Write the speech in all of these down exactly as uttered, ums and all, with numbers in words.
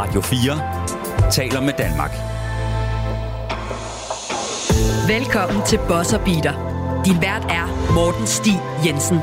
Radio fire taler med Danmark. Velkommen til Buzzer Beater. Din vært er Morten Stig Jensen.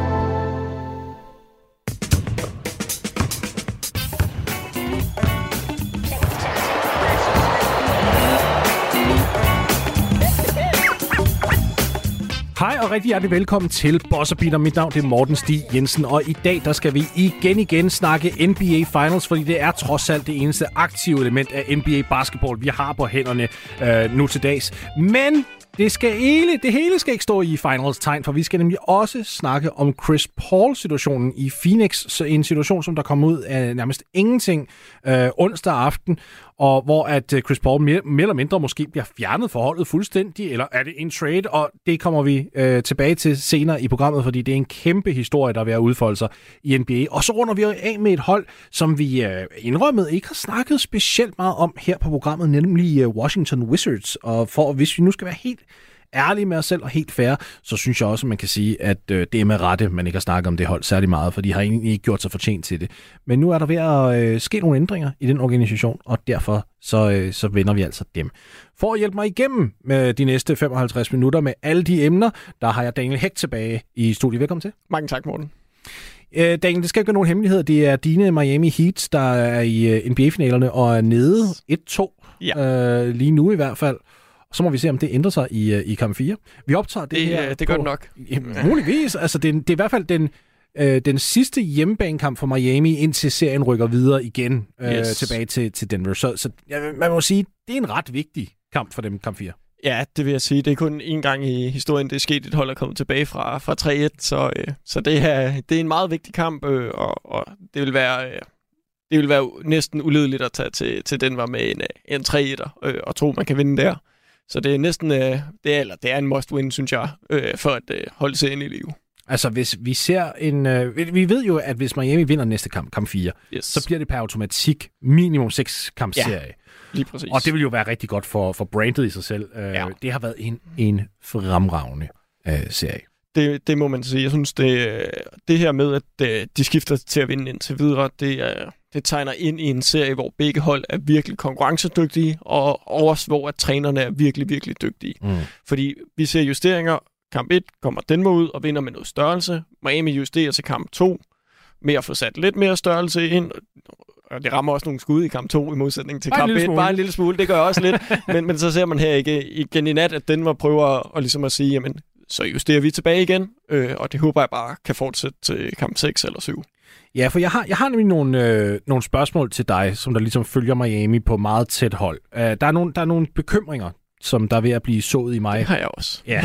Hej og rigtig hjertelig velkommen til Buzzer Beater. Mit navn det er Morten Stig Jensen, og i dag der skal vi igen igen snakke N B A Finals, fordi det er trods alt det eneste aktive element af N B A basketball, vi har på hænderne øh, nu til dags. Men det skal hele, det hele skal ikke stå i finals tegn, for vi skal nemlig også snakke om Chris Paul-situationen i Phoenix. Så en situation, som der kom ud af nærmest ingenting øh, onsdag aften, og hvor at Chris Paul mere, mere eller mindre måske bliver fjernet forholdet fuldstændig, eller er det en trade? Og det kommer vi øh, tilbage til senere i programmet, fordi det er en kæmpe historie, der er ved at udfolde sig i N B A. Og så runder vi af med et hold, som vi øh, indrømmet ikke har snakket specielt meget om her på programmet, nemlig øh, Washington Wizards. Og for hvis vi nu skal være helt ærlige med os selv og helt fair, så synes jeg også, at man kan sige, at øh, det er med rette, man ikke har snakket om det hold særlig meget, for de har egentlig ikke gjort sig fortjent til det. Men nu er der ved at øh, ske nogle ændringer i den organisation, og derfor så, øh, så vender vi altså dem. For at hjælpe mig igennem med de næste femoghalvtreds minutter med alle de emner, der har jeg Daniel Hæk tilbage i studiet. Velkommen til. Mange tak, Morten. Øh, Daniel, det skal ikke være nogen hemmelighed. Det er dine Miami Heat, der er i uh, N B A-finalerne og er nede et to, ja. øh, lige nu i hvert fald. Så må vi se, om det ændrer sig i, i kamp fire. Vi optager det, det her Det gør det nok. Ja, muligvis. Altså, det, det er i hvert fald den, øh, den sidste hjemmebanekamp for Miami, indtil serien rykker videre igen øh, yes. tilbage til, til Denver. Så, så ja, man må sige, det er en ret vigtig kamp for dem, kamp fire. Ja, det vil jeg sige. Det er kun én gang i historien, det er sket, et hold er kommet tilbage fra, fra tre et. Så, øh, så det, er, det er en meget vigtig kamp, øh, og, og det vil være... Øh, det vil være næsten uledeligt at tage til, til Denver med en, en tre etter øh, og tro, man kan vinde der. Så det er næsten øh, det, er, eller det er en must-win, synes jeg, øh, for at øh, holde serien i live. Altså, hvis vi ser en... Øh, vi ved jo, at hvis Miami vinder næste kamp, kamp fire, yes. så bliver det per automatik minimum seks kampserie. Ja, lige præcis. Og det vil jo være rigtig godt for, for brandet i sig selv. Øh, ja. Det har været en, en fremragende øh, serie. Det, det må man sige. Jeg synes, det, det her med, at de skifter til at vinde indtil videre, det, er, det tegner ind i en serie, hvor begge hold er virkelig konkurrencedygtige, og også hvor at trænerne er virkelig, virkelig dygtige. Mm. Fordi vi ser justeringer. Kamp et kommer Denver ud og vinder med noget størrelse. Miami justerer til kamp to med at få sat lidt mere størrelse ind. Og det rammer også nogle skud i kamp to i modsætning til kamp et. Bare en lille smule, det gør også lidt. men, men så ser man her ikke igen i nat, at Denver prøver at, at, ligesom at sige, jamen, så justerer vi tilbage igen, øh, og det håber jeg bare kan fortsætte til kamp seks eller syv. Ja, for jeg har, jeg har nemlig nogle, øh, nogle spørgsmål til dig, som der ligesom følger Miami på meget tæt hold. Uh, der, er nogle, der er nogle bekymringer, som der er ved at blive sået i mig. Det har jeg også. Ja.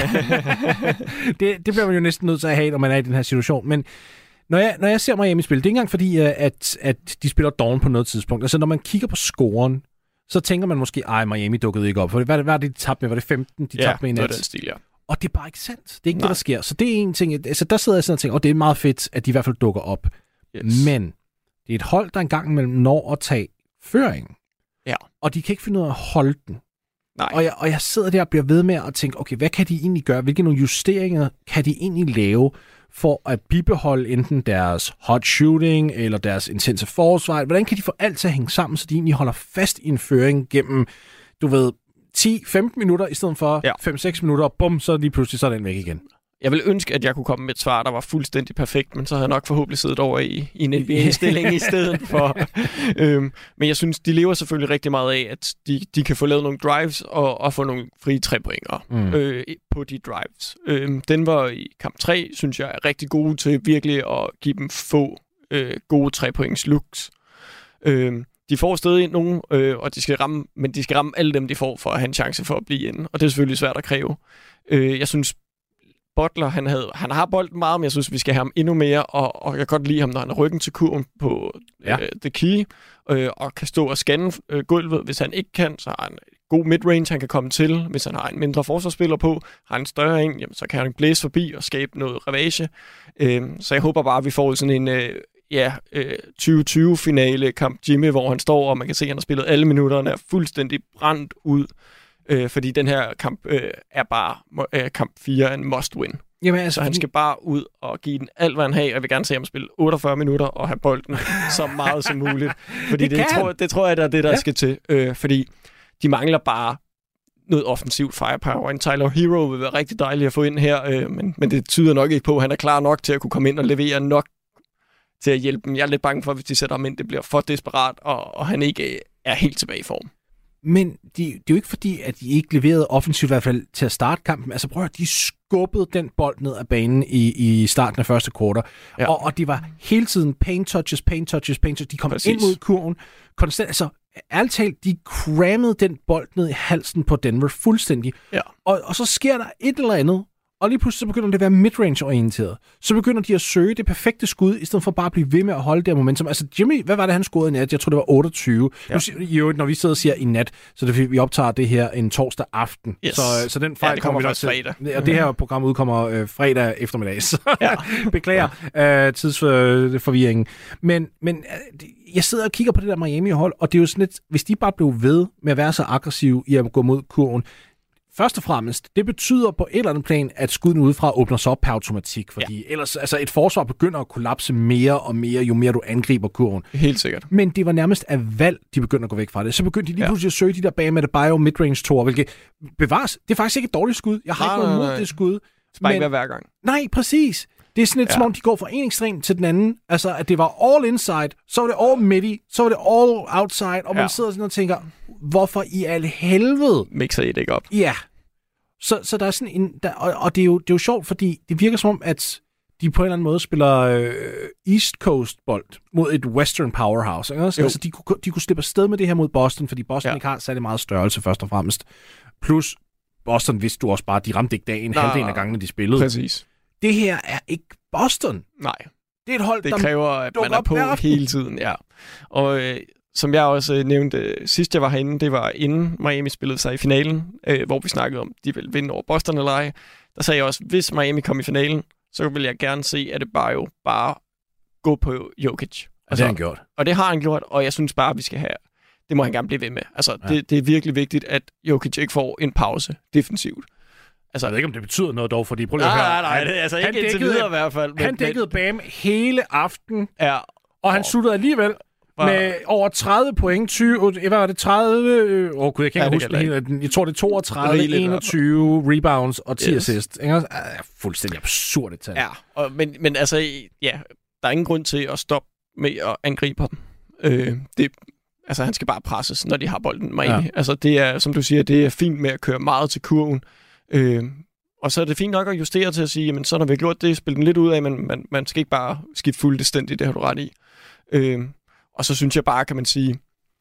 det, det bliver man jo næsten nødt til at have, når man er i den her situation. Men når jeg, når jeg ser Miami spille, det er ikke engang fordi, at, at de spiller down på noget tidspunkt. Altså, når man kigger på scoren, så tænker man måske, ej, Miami dukkede ikke op. For hvad, hvad er det, de tabte med? Var det femten, de ja, tabte med i nat? Ja, det er den stil, ja. Og det er bare ikke sandt. Det er ikke Nej. det, der sker. Så det er en ting. Altså, der sidder jeg sådan og tænker, og det er meget fedt, at de i hvert fald dukker op. Yes. Men det er et hold, der engang mellem når at tage føringen. Ja. Og de kan ikke finde ud af at holde den. Nej. Og jeg, og jeg sidder der og bliver ved med at tænke, okay, hvad kan de egentlig gøre? Hvilke nogle justeringer kan de egentlig lave for at bibeholde enten deres hot shooting eller deres intense forsvar? Hvordan kan de få alt til at hænge sammen, så de egentlig holder fast i en føring gennem, du ved, ti til femten minutter i stedet for ja. fem til seks minutter, og bum, så er lige pludselig så er den væk igen. Jeg ville ønske, at jeg kunne komme med et svar, der var fuldstændig perfekt, men så havde jeg nok forhåbentlig siddet over i, i en N B A-stilling i stedet for. øhm, men jeg synes, de lever selvfølgelig rigtig meget af, at de, de kan få lavet nogle drives og, og få nogle frie trepointer mm. øh, på de drives. Øhm, den var i kamp tre, synes jeg, er rigtig gode til virkelig at give dem få øh, gode trepoints looks. Øhm, De får stadig nogen, øh, og de skal ramme, men de skal ramme alle dem, de får, for at have en chance for at blive inde. Og det er selvfølgelig svært at kræve. Øh, jeg synes, Butler, han, havde, han har bolden meget, men jeg synes, vi skal have ham endnu mere, og, og jeg kan godt lide ham, når han er ryggen til kurven på ja. øh, the key, øh, og kan stå og scanne øh, gulvet. Hvis han ikke kan, så har han god midrange, han kan komme til. Hvis han har en mindre forsvarsspiller på, har en større en, jamen, så kan han blæse forbi og skabe noget ravage. Øh, så jeg håber bare, at vi får sådan en... Øh, ja, øh, tyve tyve-finale kamp Jimmy, hvor han står, og man kan se, at han har spillet alle minutterne, er fuldstændig brændt ud, øh, fordi den her kamp øh, er bare øh, kamp fire en must-win. Jamen, altså, så han skal bare ud og give den alt, hvad han har. Jeg vil gerne se ham spille otteogfyrre minutter og have bolden så meget som muligt. Fordi det, det, tror, det tror jeg, der er det, der ja. skal til. Øh, fordi de mangler bare noget offensivt firepower. En Tyler Hero vil være rigtig dejlig at få ind her, øh, men, men det tyder nok ikke på, at han er klar nok til at kunne komme ind og levere nok til at hjælpe dem. Jeg er lidt bange for, hvis de sætter ham ind, det bliver for desperat, og, og han ikke er helt tilbage i form. Men de, det er jo ikke fordi, at de ikke leverede offensivt i hvert fald til at starte kampen. Altså prøv at de skubbede den bold ned ad banen i, i starten af første kvartal. Ja. Og, og det var hele tiden paint touches, paint touches, paint touches. De kom Præcis. ind mod kurven. Konstant, altså ærligt talt, de crammede den bold ned i halsen på Denver fuldstændig. Ja. Og, og så sker der et eller andet, og lige pludselig så begynder det at være midrange-orienteret. Så begynder de at søge det perfekte skud, i stedet for bare at blive ved med at holde det momentum. Altså Jimmy, hvad var det, han scorede i nat? Jeg tror, det var otteogtyve. Ja. Nu, når vi sidder og siger i nat, så det, vi optager det her en torsdag aften. Yes. Så, så den fejl ja, det kommer, kommer vi fredag. Til. Og det her program udkommer øh, fredag eftermiddag. Så ja. beklager øh, tidsforvirringen. Men, men øh, jeg sidder og kigger på det der Miami-hold, og det er jo sådan lidt, hvis de bare blev ved med at være så aggressive i at gå mod kurven, først og fremmest, det betyder på et eller andet plan, at skuden udefra åbner sig op per automatik, fordi ja. ellers, altså et forsvar begynder at kollapse mere og mere, jo mere du angriber kurven. Helt sikkert. Men det var nærmest af valg, de begyndte at gå væk fra det. Så begyndte de lige pludselig ja. at søge de der bag med det bio midrange toer, hvilket bevares, det er faktisk ikke et dårligt skud. Jeg har ikke noget imod det skud. Spike men... hver gang. Nej, præcis. Det er sådan lidt, ja. som om de går fra en ekstrem til den anden. Altså, at det var all inside, så var det all midt, så var det all outside, og man ja. sidder sådan og tænker, hvorfor i al helvede? Mixer I det ikke op? Ja. Så, så der er sådan en... Der, og og det, er jo, det er jo sjovt, fordi det virker som om, at de på en eller anden måde spiller øh, East Coast-bold mod et Western powerhouse. Ikke? Altså, de, kunne, de kunne slippe afsted med det her mod Boston, fordi Boston ja. ikke har særlig meget størrelse, først og fremmest. Plus, Boston vidste du også bare, de ramte ikke dagen halvdelen af gangene, de spillede. Præcis. Det her er ikke Boston. Nej. Det er et hold, det der kræver, at man er på hele tiden. Ja. Og øh, som jeg også øh, nævnte øh, sidst, jeg var herinde, det var inden Miami spillede sig i finalen, øh, hvor vi snakkede om, de ville vinde over Boston eller ej. Der sagde jeg også, hvis Miami kom i finalen, så vil jeg gerne se, at det bare jo bare gå på Jokic. Altså, og det har han gjort. Og det har han gjort, og jeg synes bare, at vi skal have... Det må han gerne blive ved med. Altså, ja. det, det er virkelig vigtigt, at Jokic ikke får en pause defensivt. Altså, jeg ved ikke, om det betyder noget dog, fordi prøv lige at høre. Nej, nej, nej, altså ikke indtil videre i hvert fald. Men, han dækkede Bam hele aften, ja, og han og, sluttede alligevel var, med over tredive point, tyve, hvad var det, tredive, åh oh, gud, jeg kan ikke huske det hele, jeg tror det er toogtredive, enogtyve rebounds og ti yes. assists. Det er fuldstændig absurd et tal. Ja, og, men, men altså, ja, der er ingen grund til at stoppe med at angribe dem. Øh, det Altså, han skal bare presses, når de har bolden Miami. Ja. Altså, det er, som du siger, det er fint med at køre meget til kurven. Øh, og så er det fint nok at justere til at sige, jamen, så når vi har gjort det, spil den lidt ud af, men man, man skal ikke bare skifte fuldstændigt, det har du ret i. Øh, og så synes jeg bare, kan man sige,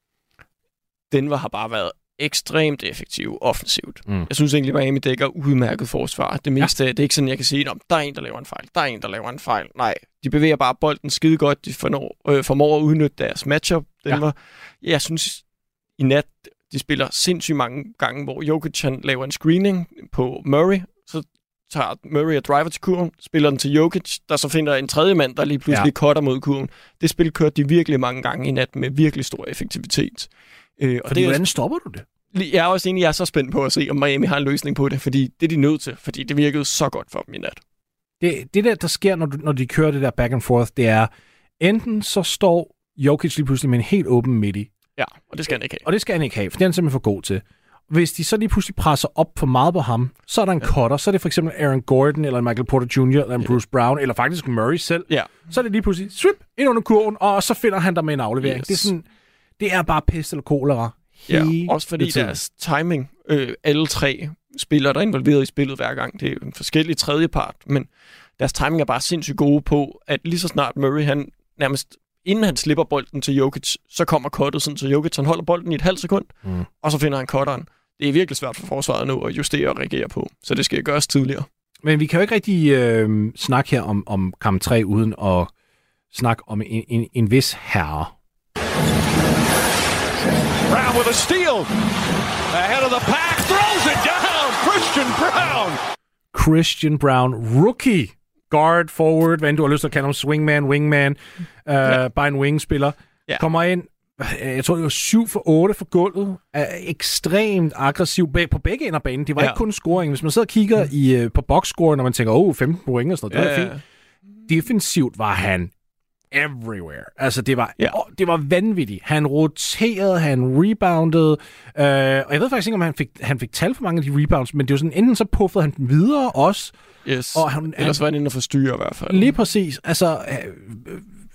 Denver har bare været ekstremt effektiv offensivt. Mm. Jeg synes egentlig, Miami dækker udmærket forsvar. Det meste, ja. Det er ikke sådan, jeg kan sige, at der er en, der laver en fejl. Der er en, der laver en fejl. Nej, de bevæger bare bolden skide godt. De formår, øh, formår at udnytte deres matchup. Denver. Ja. Jeg synes, i nat, de spiller sindssygt mange gange, hvor Jokic han laver en screening på Murray. Så tager Murray og driver til kurven, spiller den til Jokic, der så finder en tredje mand, der lige pludselig ja. cutter mod kurven. Det spil kørte de virkelig mange gange i nat med virkelig stor effektivitet. Øh, og fordi det, hvordan stopper du det? Jeg er også enig, jeg er så spændt på at se, om Miami har en løsning på det, fordi det er de nødt til, fordi det virkede så godt for dem i nat. Det, det der, der sker, når, du, når de kører det der back and forth, det er, enten så står Jokic lige pludselig med en helt åben midt. Ja, og det skal han ikke have. Og det skal han ikke have, for det er han simpelthen for god til. Hvis de så lige pludselig presser op for meget på ham, så er der en ja. cutter, så er det for eksempel Aaron Gordon, eller Michael Porter junior, eller Bruce ja. Brown, eller faktisk Murray selv. Ja. Så er det lige pludselig, swip, ind under kurven, og så finder han der med en aflevering. Yes. Det er sådan, det er bare pest eller kolera. Ja, også fordi deres timing, øh, alle tre spillere, der er involveret i spillet hver gang, det er en forskellig tredjepart, men deres timing er bare sindssygt gode på, at lige så snart Murray, han nærmest, inden han slipper bolden til Jokic, så kommer cuttet sådan til Jokic, han holder bolden i et halvt sekund, mm. og så finder han cutteren. Det er virkelig svært for forsvaret nu at justere og reagere på, så det skal gøres tidligere. Men vi kan jo ikke rigtig øh, snakke her om, om kamp tre, uden at snakke om en, en, en vis herre. Brown with a steal. Ahead of the pack. Throws it down. Christian Brown. Christian Brown. Rookie. Guard, forward. Hvad end du har lyst til at kalde ham. Swingman, wingman. Uh, ja. Bare en wingspiller. Ja. Kommer ind. jeg tror, det var syv for otte for gulvet, er ekstremt aggressiv på begge ender af banen. Det var ja. ikke kun scoring. Hvis man sidder og kigger mm. i, på boxscoren, og man tænker, åh, oh, femten point og sådan noget, det ja, var fint. Ja. Defensivt var han everywhere. Altså, det var, ja. åh, det var vanvittigt. Han roterede, han reboundede, øh, og jeg ved faktisk ikke, om han fik, han fik tal for mange af de rebounds, men det var sådan, enten så puffede han dem videre også. Yes, og han, ellers han, var han inde og forstyrre i hvert fald. Lige præcis. Altså, øh,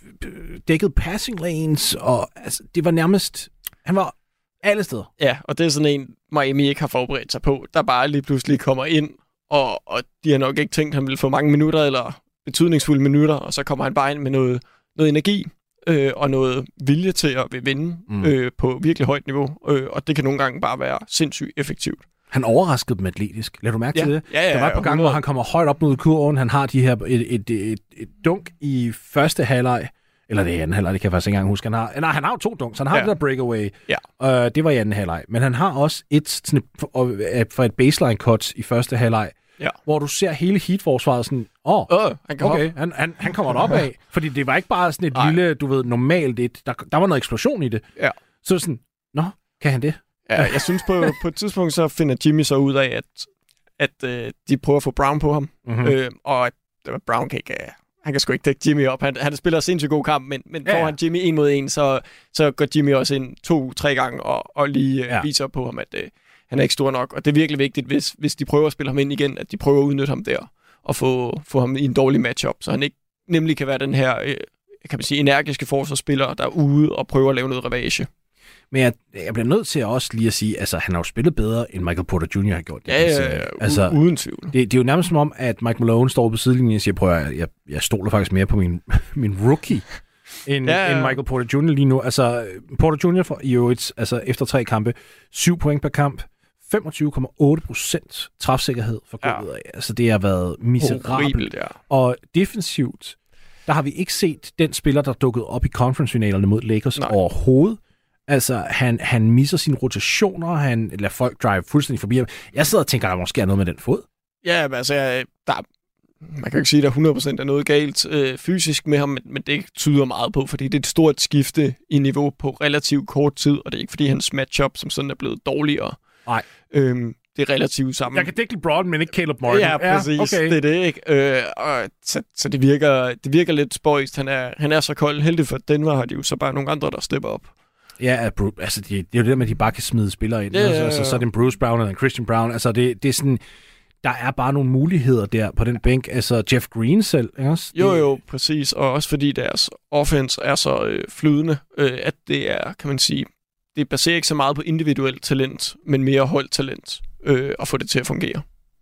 dækket passing lanes, og altså, det var nærmest... Han var alle steder. Ja, og det er sådan en, Miami ikke har forberedt sig på, der bare lige pludselig kommer ind, og, og de har nok ikke tænkt, at han ville få mange minutter, eller betydningsfulde minutter, og så kommer han bare ind med noget, noget energi, øh, og noget vilje til at vil vinde mm. øh, på virkelig højt niveau, øh, og det kan nogle gange bare være sindssygt effektivt. Han overraskede dem atletisk. Lad du mærke ja. til det? Ja, ja, der var et par gange, hvor han kommer højt op mod kurven. Han har de her et, et, et, et dunk i første halvleg, eller det er anden halvleg, det kan jeg faktisk ikke engang huske. Han har, nej, han har jo to dunks. Han har ja. det der breakaway. Ja. Øh, det var i anden halvleg. Men han har også et sådan, for et baseline cut i første halvleg, ja. hvor du ser hele heat-forsvaret sådan, åh, oh, uh, han okay, han, han, han kommer op af. Fordi det var ikke bare sådan et Ej. lille, du ved, normalt et. Der, der var noget eksplosion i det. Ja. Så sådan, nå, kan han det? Ja, jeg synes på, på et tidspunkt, så finder Jimmy så ud af, at, at øh, de prøver at få Brown på ham. Mm-hmm. Øh, og at Brown kan ikke... Han kan sgu ikke dække Jimmy op. Han, han spiller sindssygt god kamp, men, men får ja. han Jimmy en mod en, så, så går Jimmy også ind to-tre gange og, og lige øh, ja. viser på ham, at øh, han er ikke stor nok. Og det er virkelig vigtigt, hvis, hvis de prøver at spille ham ind igen, at de prøver at udnytte ham der og få, få ham i en dårlig matchup, så han ikke nemlig kan være den her øh, kan man sige, energiske forsvarsspiller, der er ude og prøver at lave noget ravage. Men jeg, jeg bliver nødt til også lige at sige, altså han har jo spillet bedre, end Michael Porter junior har gjort det. Ja, ja, ja, altså, uden tvivl. Det, det er jo nærmest som om, at Mike Malone står på sidelinjen og siger, prøv at jeg, jeg stoler faktisk mere på min, min rookie, end, ja, ja. end Michael Porter junior lige nu. Altså Porter junior for i øvrigt, altså efter tre kampe, syv point per kamp, femogtyve komma otte procent træfsikkerhed for gulvet af. Ja. Altså det har været miserabelt. Ja. Og defensivt, der har vi ikke set den spiller, der dukkede op i conference-finalerne mod Lakers Nej. overhovedet. Altså, han, han misser sine rotationer, han lader folk drive fuldstændig forbi ham. Jeg sidder og tænker, at der måske er noget med den fod. Ja, men altså, der, man kan jo ikke sige, at der hundrede procent er noget galt øh, fysisk med ham, men, men det tyder meget på, fordi det er et stort skifte i niveau på relativt kort tid, og det er ikke, fordi hans matchup som sådan er blevet dårligere. Nej. Øhm, det er relativt sammen. Jeg kan dække LeBron, men ikke Caleb Martin. Ja, præcis. Ja, okay. Det er det, ikke? Øh, og, så så det, virker, det virker lidt spøjst. Han er, han er så kold. Heldig for Denver har de jo så bare nogle andre, der stepper op. Ja, altså det, det er jo det der med, at de bare kan smide spillere ind. Ja, ja, ja. Altså, så er det en Bruce Brown eller en Christian Brown. Altså det, det er sådan, der er bare nogle muligheder der på den bænk. Altså Jeff Green selv, ikke også? Jo, jo, præcis. Og også fordi deres offense er så øh, flydende, øh, at det er, kan man sige, det baserer ikke så meget på individuelt talent, men mere holdtalent øh, at få det til at fungere.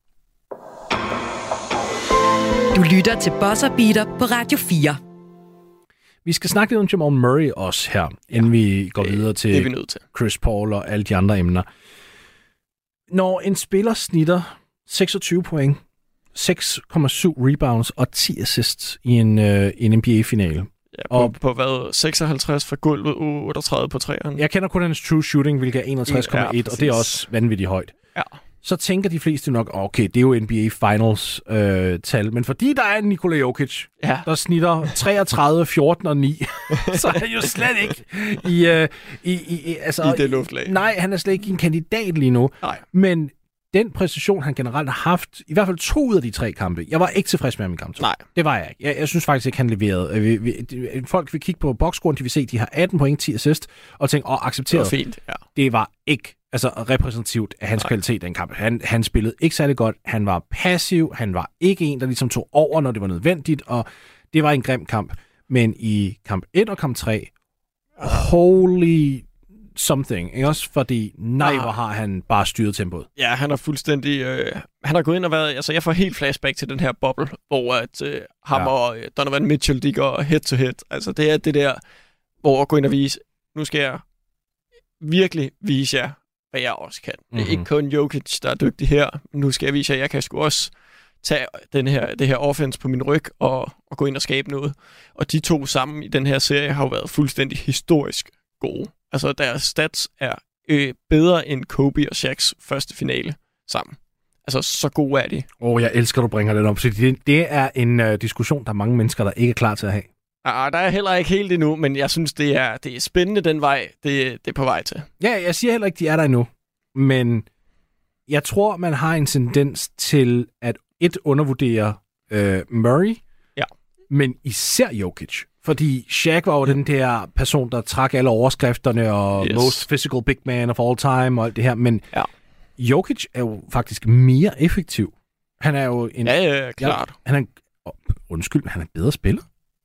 Du lytter til Buzzer Beater på Radio fire. Vi skal snakke lidt om Jamal Murray også her, inden vi går videre til, til Chris Paul og alle de andre emner. Når en spiller snitter seksogtyve point, seks komma syv rebounds og ti assists i en, øh, en N B A-finale. Ja, på, og, på hvad? seksoghalvtreds fra gulvet, otteogtredive på træerne. Jeg kender kun hans true shooting, hvilket er enogtres komma en, ja, og det er også vanvittigt højt. Ja. Så tænker de fleste nok, okay, det er jo N B A Finals øh, tal, men fordi der er Nikola Jokic, ja. der snitter treogtredive, fjorten og ni, så er han jo slet ikke i, øh, i, i, altså, I det luftlag. Nej, han er slet ikke en kandidat lige nu. Nej. Men den præcision, han generelt har haft, i hvert fald to ud af de tre kampe, jeg var ikke tilfreds med ham i kamp to. Nej. Det var jeg ikke. Jeg, jeg synes faktisk ikke, han leverede. Vi, vi, folk vil kigge på boxscoren, de vil se, at de har atten point, ti assist, og tænke, åh, accepteret. Det var fint, ja. Det var ikke altså repræsentativt af hans Nej. kvalitet den kamp. Han, han spillede ikke særlig godt. Han var passiv. Han var ikke en, der ligesom tog over, når det var nødvendigt, og det var en grim kamp. Men i kamp et og kamp tre, holy something, ikke også? Fordi nej, hvor har han bare styret tempoet. Ja, han er fuldstændig... Øh, han har gået ind og været... Altså, jeg får helt flashback til den her boble, hvor at, øh, ham ja. og øh, Donovan Mitchell, de går head to head. Altså, det er det der, hvor at gå ind og vise, nu skal jeg virkelig vise jer, hvad jeg også kan. Mm-hmm. Det er ikke kun Jokic, der er dygtig her. Nu skal jeg vise jer, at jeg kan sgu også tage den her, det her offense på min ryg og, og gå ind og skabe noget. Og de to sammen i den her serie har jo været fuldstændig historisk gode. Altså, deres stats er øh, bedre end Kobe og Shaqs første finale sammen. Altså, så gode er de. Åh, oh, jeg elsker, at du bringer den op. Så det, det er en uh, diskussion, der er mange mennesker, der ikke er klar til at have. Ah, der er heller ikke helt endnu, men jeg synes, det er, det er spændende den vej, det, det er på vej til. Ja, jeg siger heller ikke, de er der endnu. Men jeg tror, man har en tendens til at et undervurdere øh, Murray, ja. men især Jokic. Fordi Shaq var jo ja. den der person, der trak alle overskrifterne og yes. most physical big man of all time og alt det her. Men ja. Jokic er jo faktisk mere effektiv. Han er jo en... Ja, ja, klart. Ja, han er, oh, undskyld, han er en bedre spiller.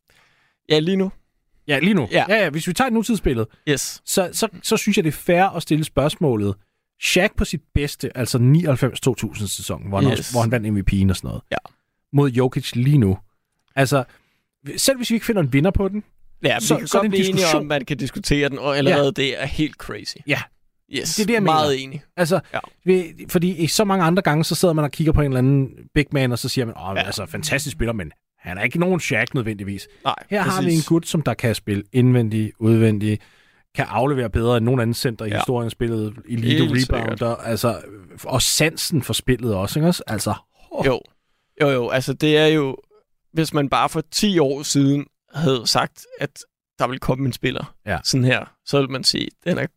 Ja, lige nu. Ja, lige nu. Ja, ja, ja hvis vi tager et nutidsbillede, yes. så, så, så synes jeg, det er fair at stille spørgsmålet. Shaq på sit bedste, altså nioghalvfems to tusind sæsonen, hvor, yes. også, hvor han vandt M V P'en og sådan noget, ja. mod Jokic lige nu. Altså, selv hvis vi ikke finder en vinder på den, ja, vi så, kan så godt er det en blive enige om, at man kan diskutere den, og allerede ja. det er helt crazy. Ja, yes. det er det, jeg meget mener. enig. Altså, ja. vi, fordi i så mange andre gange, så sidder man og kigger på en eller anden big man, og så siger man, åh, ja. altså, fantastisk spiller, men han er ikke nogen Shaq nødvendigvis. Nej, Her præcis. har vi en gut, som der kan spille indvendig, udvendig, kan aflevere bedre end nogen anden center i ja. historien, spillet elite rebounder, altså, og sansen for spillet også, ikke også? Altså, oh. Jo, jo, jo, altså det er jo, hvis man bare for ti år siden havde sagt, at der ville komme en spiller ja. sådan her, så ville man sige, den er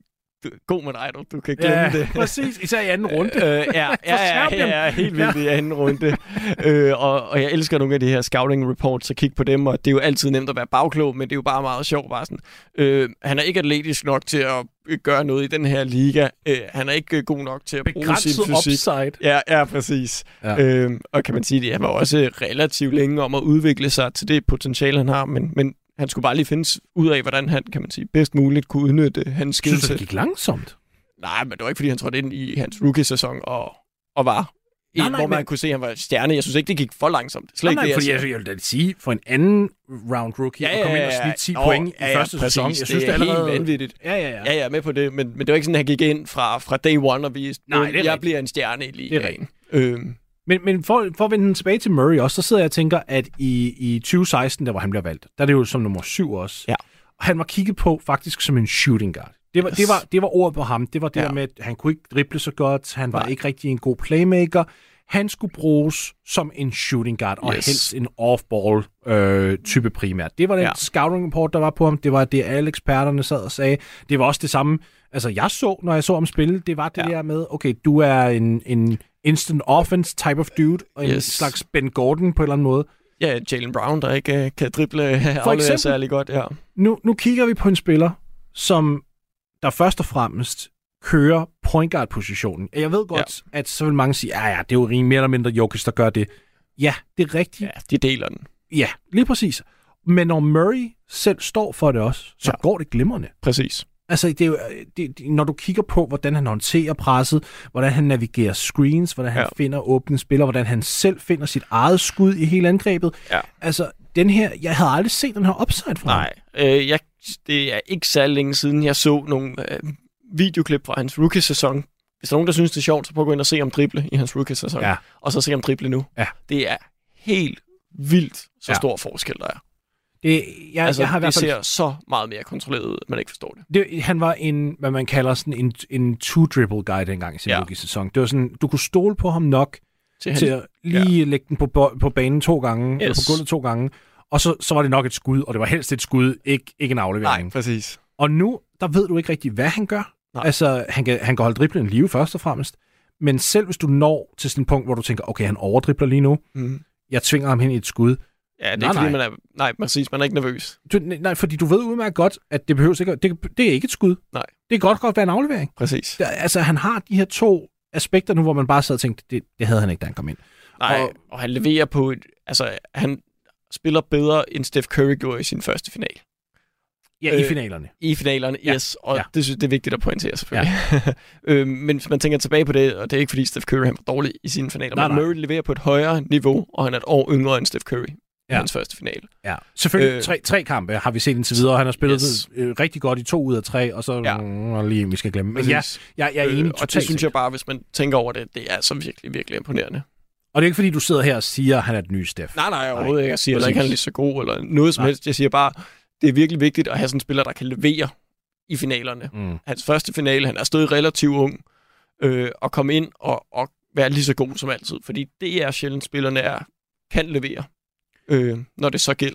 god med dig, du, du kan glemme ja, det. Præcis, især i anden runde. øh, ja, ja, ja, ja, ja, helt vildt i anden runde. øh, og, og jeg elsker nogle af de her scouting reports, så kig på dem, og det er jo altid nemt at være bagklog, men det er jo bare meget sjovt. Bare sådan. Øh, han er ikke atletisk nok til at gøre noget i den her liga. Øh, han er ikke god nok til at bruge sin fysik. Begrænset upside. Ja, ja, præcis. Ja. Øh, og kan man sige, at han var også relativt længe om at udvikle sig til det potentiale, han har, men, men han skulle bare lige finde ud af, hvordan han, kan man sige, bedst muligt kunne udnytte hans skillset. Synes du, det gik langsomt? Nej, men det var ikke, fordi han trådte ind i hans rookie-sæson og, og var en, nej, nej, hvor man men... kunne se, at han var stjerne. Jeg synes ikke, det gik for langsomt. Slet nej, nej, ikke det, fordi jeg, jeg vil da sige, for en anden round rookie, ja, ja, at komme ind og snit ti ja, point ja, i ja, første præcis, sæson, jeg synes, det er, det er allerede... helt vanvittigt. Ja, ja, ja. Ja, ja, med på det, men, men det var ikke sådan, at han gik ind fra, fra day one og viste, nej, det er jeg rigtigt. bliver en stjerne i ligaen. Det er rigtigt. Øhm. Men, men for, for at vende den tilbage til Murray også, så sidder jeg og tænker, at i, i tyve seksten, der hvor han bliver valgt, der er det jo som nummer syv også. Ja. Og han var kigget på faktisk som en shooting guard. Det var, yes. det var, det var ordet på ham. Det var det ja. der med, at han kunne ikke drible så godt. Han var Nej. ikke rigtig en god playmaker. Han skulle bruges som en shooting guard, og yes. helst en off-ball øh, type primært. Det var den ja. scouting report, der var på ham. Det var det, alle eksperterne sad og sagde. Det var også det samme, altså jeg så, når jeg så ham spille, det var det ja. der med, okay, du er en, en instant offense type of dude, og en yes. slags Ben Gordon på en eller anden måde. Ja, Jaylen Brown, der ikke uh, kan drible aflevere særlig godt. Ja. Nu, nu kigger vi på en spiller, som der først og fremmest kører point guard-positionen. Jeg ved godt, ja. at så vil mange sige, ja, ja, det er jo rimelig mere eller mindre Jokic, der gør det. Ja, det er rigtigt. Ja, de deler den. Ja, lige præcis. Men når Murray selv står for det også, så ja. går det glimrende. Præcis. Altså, det er jo, det, når du kigger på, hvordan han håndterer presset, hvordan han navigerer screens, hvordan han ja. finder åbne spillere, hvordan han selv finder sit eget skud i hele angrebet. Ja. Altså, den her, jeg havde aldrig set den her upside fra Nej, øh, jeg, det er ikke særlig længe siden, jeg så nogle øh, videoklip fra hans rookie-sæson. Hvis der er nogen, der synes, det er sjovt, så prøv at gå ind og se ham drible i hans rookie-sæson. Ja. Og så se ham drible nu. Ja. Det er helt vildt, så ja. stor forskel, der er. Det, jeg, altså, jeg har i hvert fald... fald... ser så meget mere kontrolleret ud, at man ikke forstår det. det. Han var en, hvad man kalder sådan en, en two-dribble guy dengang i sin ja. rookie-sæson. Det var sådan, du kunne stole på ham nok til, til at lige ja. lægge den på, på banen to gange, yes. eller på gulvet to gange, og så, så var det nok et skud, og det var helst et skud, ikke, ikke en aflevering. Nej, præcis. Og nu, der ved du ikke rigtig, hvad han gør. Nej. Altså, han kan, han kan holde driblen i live først og fremmest, men selv hvis du når til sådan en punkt, hvor du tænker, okay, han overdribler lige nu, mm. jeg tvinger ham hen i et skud. Ja, det er nej, ikke, fordi nej. man er... Nej, præcis, man er ikke nervøs. Du, nej, fordi du ved udmærket godt, at det behøver ikke... Det, det er ikke et skud. Nej. Det kan godt godt være en aflevering. Præcis. Der, altså, han har de her to aspekter nu, hvor man bare sad og tænkte, det, det havde han ikke, da han kom ind. Nej, og, og han leverer på et... Altså, han spiller bedre, end Steph Curry gjorde i sin første final. Ja, øh, i finalerne. I finalerne, ja. yes. Og ja. det synes det er vigtigt at pointere, selvfølgelig. Ja. øh, men hvis man tænker tilbage på det, og det er ikke fordi Steph Curry han var dårlig i sine finaler, nej, men Murray leverer på et højere niveau, og han er et år yngre end Steph Curry. Ja. Hans første finale. Ja, selvfølgelig øh, tre, tre kampe har vi set indtil videre, og han har spillet yes. øh, rigtig godt i to ud af tre, og så ja. mm, lige, vi skal glemme. Men ja, jeg, jeg er enig. Øh, og det synes jeg bare, hvis man tænker over det, det er så virkelig, virkelig imponerende. Og det er ikke fordi, du sidder her og siger, at han er den nye Steph. Nej, nej, overhovedet ikke. Jeg siger heller ikke, han er lige så god, eller noget som nej. helst. Jeg siger bare, det er virkelig vigtigt at have sådan en spiller, der kan levere i finalerne. Mm. Hans første finale, han er stadig relativt ung, øh, og komme ind og, og være lige så god som altid, fordi det er sjældent, spillerne er, kan levere. Øh, når det så gælder.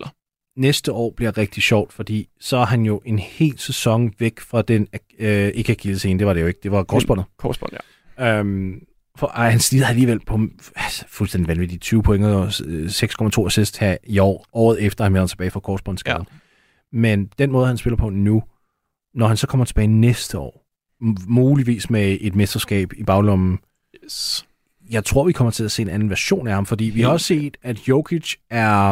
næste år bliver rigtig sjovt, fordi så er han jo en hel sæson væk fra den, øh, ikke akillessene, det var det jo ikke, det var korsbåndet. Korsbånd, ja. Øhm, for ej, han slider alligevel på altså, fuldstændig vanvittigt tyve point og seks komma to assist her i år, året efter han vender tilbage fra korsbåndsskaden. Ja. Men den måde, han spiller på nu, når han så kommer tilbage næste år, muligvis med et mesterskab i baglommen, yes. Jeg tror, vi kommer til at se en anden version af ham, fordi vi har også set, at Jokic er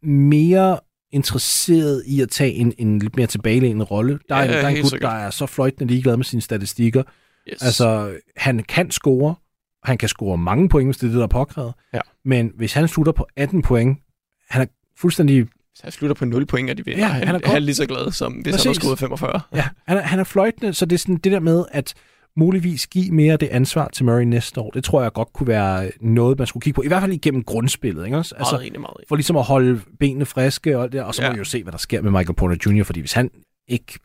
mere interesseret i at tage en, en lidt mere tilbagelæggende rolle. Der er, ja, der er en gut, der er så fløjtende ligeglad med sine statistikker. Yes. Altså, han kan score, han kan score mange point, hvis det er det, der er påkrævet. Ja. Men hvis han slutter på atten point, han er fuldstændig... Hvis han slutter på nul point, og de vinder, ja, han, han, er han er lige så glad, som hvis Præcis. han har scoret femogfyrre. Ja, han er, han er fløjtende, så det er sådan det der med, at muligvis give mere det ansvar til Murray næste år. Det tror jeg godt kunne være noget, man skulle kigge på. I hvert fald igennem grundspillet, ikke også? Altså, meget enig, meget enig. For ligesom at holde benene friske, og, det, og så ja. må vi jo se, hvad der sker med Michael Porter junior, fordi hvis han ikke...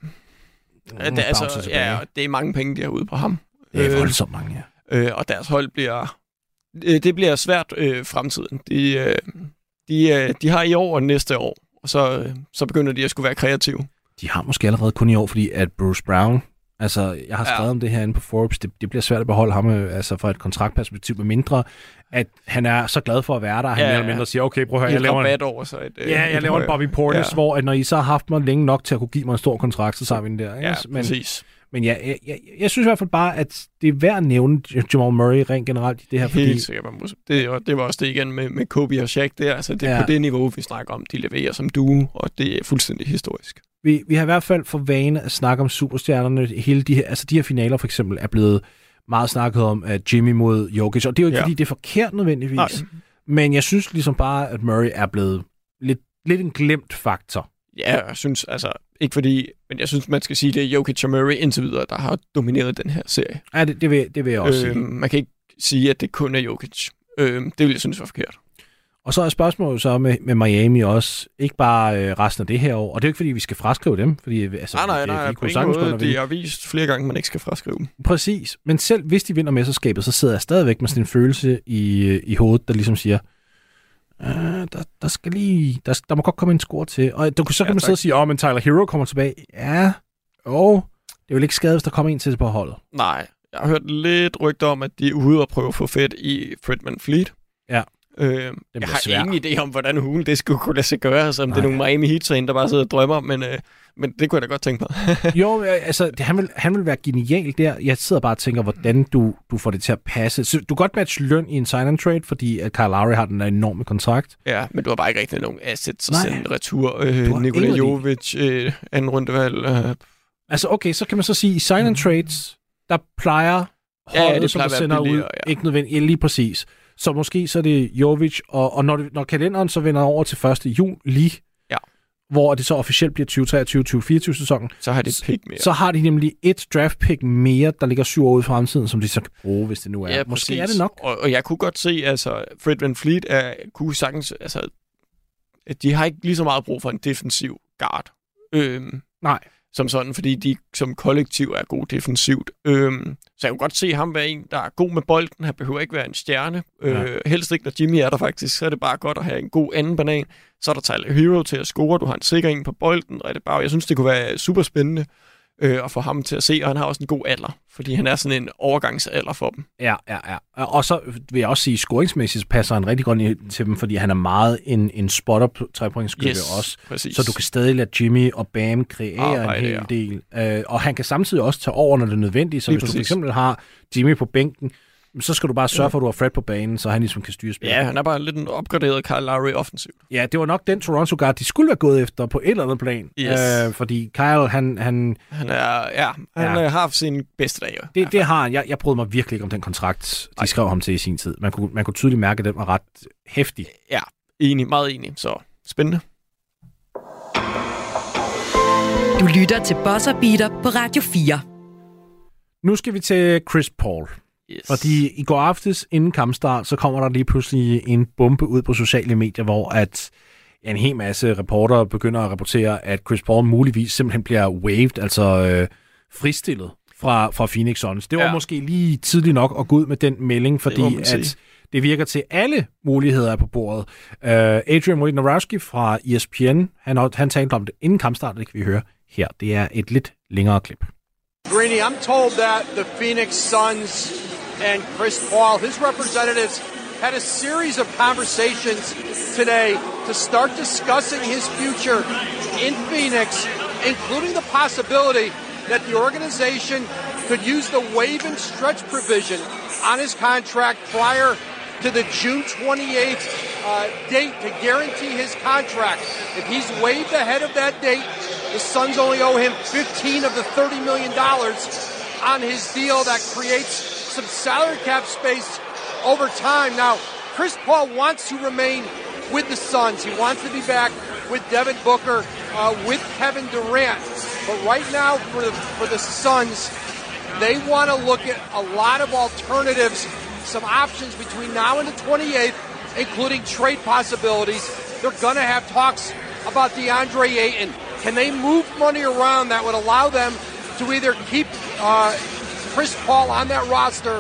Ja, det, er altså, ja, det er mange penge, de har ude på ham. Det er voldsomt mange, ja. Øh, og deres hold bliver... Øh, det bliver svært øh, fremtiden. De, øh, de, øh, de har i år og næste år, og så, øh, så begynder de at skulle være kreative. De har måske allerede kun i år, fordi at Bruce Brown... Altså, jeg har skrevet ja. om det her inde på Forbes. Det, det bliver svært at beholde ham altså fra et kontraktperspektiv, med mindre, at han er så glad for at være der, at han ja, mere eller mindre siger, okay, prøv at høre, jeg laver en, over sig et, ja, jeg laver en Bobby Portis, ja. hvor at når I så har haft mig længe nok til at kunne give mig en stor kontrakt, så tager vi den der. Ja, men, præcis. Men ja, jeg, jeg, jeg synes i hvert fald bare, at det er værd at nævne Jamal Murray rent generelt i det her. Fordi... Helt sikkert. Det, det var også det igen med, med Kobe og Shaq der. Altså, det er ja. på det niveau, vi snakker om. De leverer som duo, og det er fuldstændig historisk. Vi, vi har i hvert fald for vane at snakke om superstjernerne. Hele de her, altså de her finaler for eksempel er blevet meget snakket om at Jimmy mod Jokic, og det er jo ikke, ja. fordi det er forkert nødvendigvis. Nej. Men jeg synes ligesom bare, at Murray er blevet lidt, lidt en glemt faktor. Ja, jeg synes altså, ikke fordi, men jeg synes, man skal sige, det er Jokic og Murray indtil videre, der har domineret den her serie. Ja, det, det, vil, det vil jeg også øh, sige. Man kan ikke sige, at det kun er Jokic. Øh, det vil jeg synes var forkert. Og så er spørgsmålet så med, med Miami også, ikke bare øh, resten af det her år, og det er jo ikke, fordi vi skal fraskrive dem, fordi altså, nej, nej, nej, de, på ingen måde, de har vist flere gange, man ikke skal fraskrive dem. Præcis, men selv hvis de vinder mesterskabet, så sidder jeg stadigvæk med sådan en følelse i, i hovedet, der ligesom siger, øh, der, der skal lige, der, der må godt komme en score til, og du, så kan ja, man sidde og sige, åh, oh, men Tyler Hero kommer tilbage. Ja, og det vil ikke skade, hvis der kommer en til på holdet. Nej, jeg har hørt lidt rygter om, at de er ude og prøve at få fedt i Fred VanVleet. Ja. Øh, jeg har svær. ingen idé om, hvordan hulen det skulle kunne lade sig gøre, som det er nogle Miami Heat-træner, der bare sidder og drømmer, men, øh, men det kunne jeg da godt tænke mig. jo, altså, det, han, vil, han vil være genial der. Jeg sidder bare og tænker, hvordan du, du får det til at passe. Så du kan godt matche løn i en sign-and-trade, fordi at Kyle Lowry har den enorme kontrakt. Ja, men du har bare ikke rigtig nogen assets at sende retur. Øh, Nikola Jovic, øh, anden rundevalg. Øh. Altså, okay, så kan man så sige, i sign-and-trades, der plejer holdet, ja, ja, som der sender ud, ja. ikke nødvendigt, ja, lige præcis. Så måske så er det Jovic, og, og når, det, når kalenderen så vender over til første juli, ja. hvor det så officielt bliver tyve treogtyve tyve fireogtyve sæsonen, så har de et pick mere. Så har de nemlig et draft pick mere, der ligger syv år ude i fremtiden, som de så kan bruge, hvis det nu er. Ja, måske præcis. Er det nok. Og, og jeg kunne godt se, altså Fred VanVleet er, kunne sagtens, altså de har ikke lige så meget brug for en defensiv guard. Øhm, Nej. Som sådan, fordi de som kollektiv er god defensivt. Øhm, så jeg kunne godt se ham være en, der er god med bolden. Han behøver ikke være en stjerne. Ja. Øh, helst ikke, når Jimmy er der faktisk, så er det bare godt at have en god anden banan. Så er der Tyler Hero til at score. Du har en sikker en på bolden. Og det bare, jeg synes, det kunne være super spændende øh, at få ham til at se. Og han har også en god alder, fordi han er sådan en overgangsalder for dem. Ja, ja, ja. Og så vil jeg også sige, scoringsmæssigt passer han rigtig godt til dem, fordi han er meget en, en spotter trepointsskytte yes, også. Præcis. Så du kan stadig lade Jimmy og Bam kreere Arbejde, en hel ja. del. Øh, og han kan samtidig også tage over, når det er nødvendigt. Så lige hvis præcis. Du for eksempel har Jimmy på bænken, så skal du bare sørge for, at du har Fred på banen, så han ligesom kan styre spillet. Ja, han er bare lidt en opgraderet Kyle Lowry offensivt. Ja, det var nok den Toronto guard, de skulle være gået efter på et eller andet plan. Yes. Øh, fordi Kyle, han... Han, han, er, ja, han ja. har haft sin bedste dage. Det, det har han. Jeg, jeg brød mig virkelig ikke om den kontrakt, de Ej. skrev ham til i sin tid. Man kunne, man kunne tydeligt mærke, at den var ret heftig. Ja, enig, meget enig. Så spændende. Du lytter til Buzzer Beater på Radio fire. Nu skal vi til Chris Paul. Yes. Fordi i går aftes inden kampstart, så kommer der lige pludselig en bombe ud på sociale medier, hvor at en hel masse reportere begynder at rapportere, at Chris Paul muligvis simpelthen bliver waived, altså øh, fristillet fra, fra Phoenix Suns. Det var ja. måske lige tidligt nok at gå ud med den melding, fordi det at det virker til alle muligheder på bordet. Uh, Adrian Wojnarowski fra E S P N, han, han talte om det inden kampstart, det kan vi høre her. Det er et lidt længere klip. Greeny, I'm told that the Phoenix Suns and Chris Paul, his representatives, had a series of conversations today to start discussing his future in Phoenix, including the possibility that the organization could use the waive and stretch provision on his contract prior to the June twenty-eighth uh, date to guarantee his contract. If he's waived ahead of that date, the Suns only owe him fifteen of the thirty million dollars on his deal. That creates some salary cap space over time. Now, Chris Paul wants to remain with the Suns. He wants to be back with Devin Booker, uh, with Kevin Durant. But right now, for the, for the Suns, they want to look at a lot of alternatives, some options between now and the twenty-eighth, including trade possibilities. They're going to have talks about DeAndre Ayton. Can they move money around that would allow them to either keep uh, Chris Paul on that roster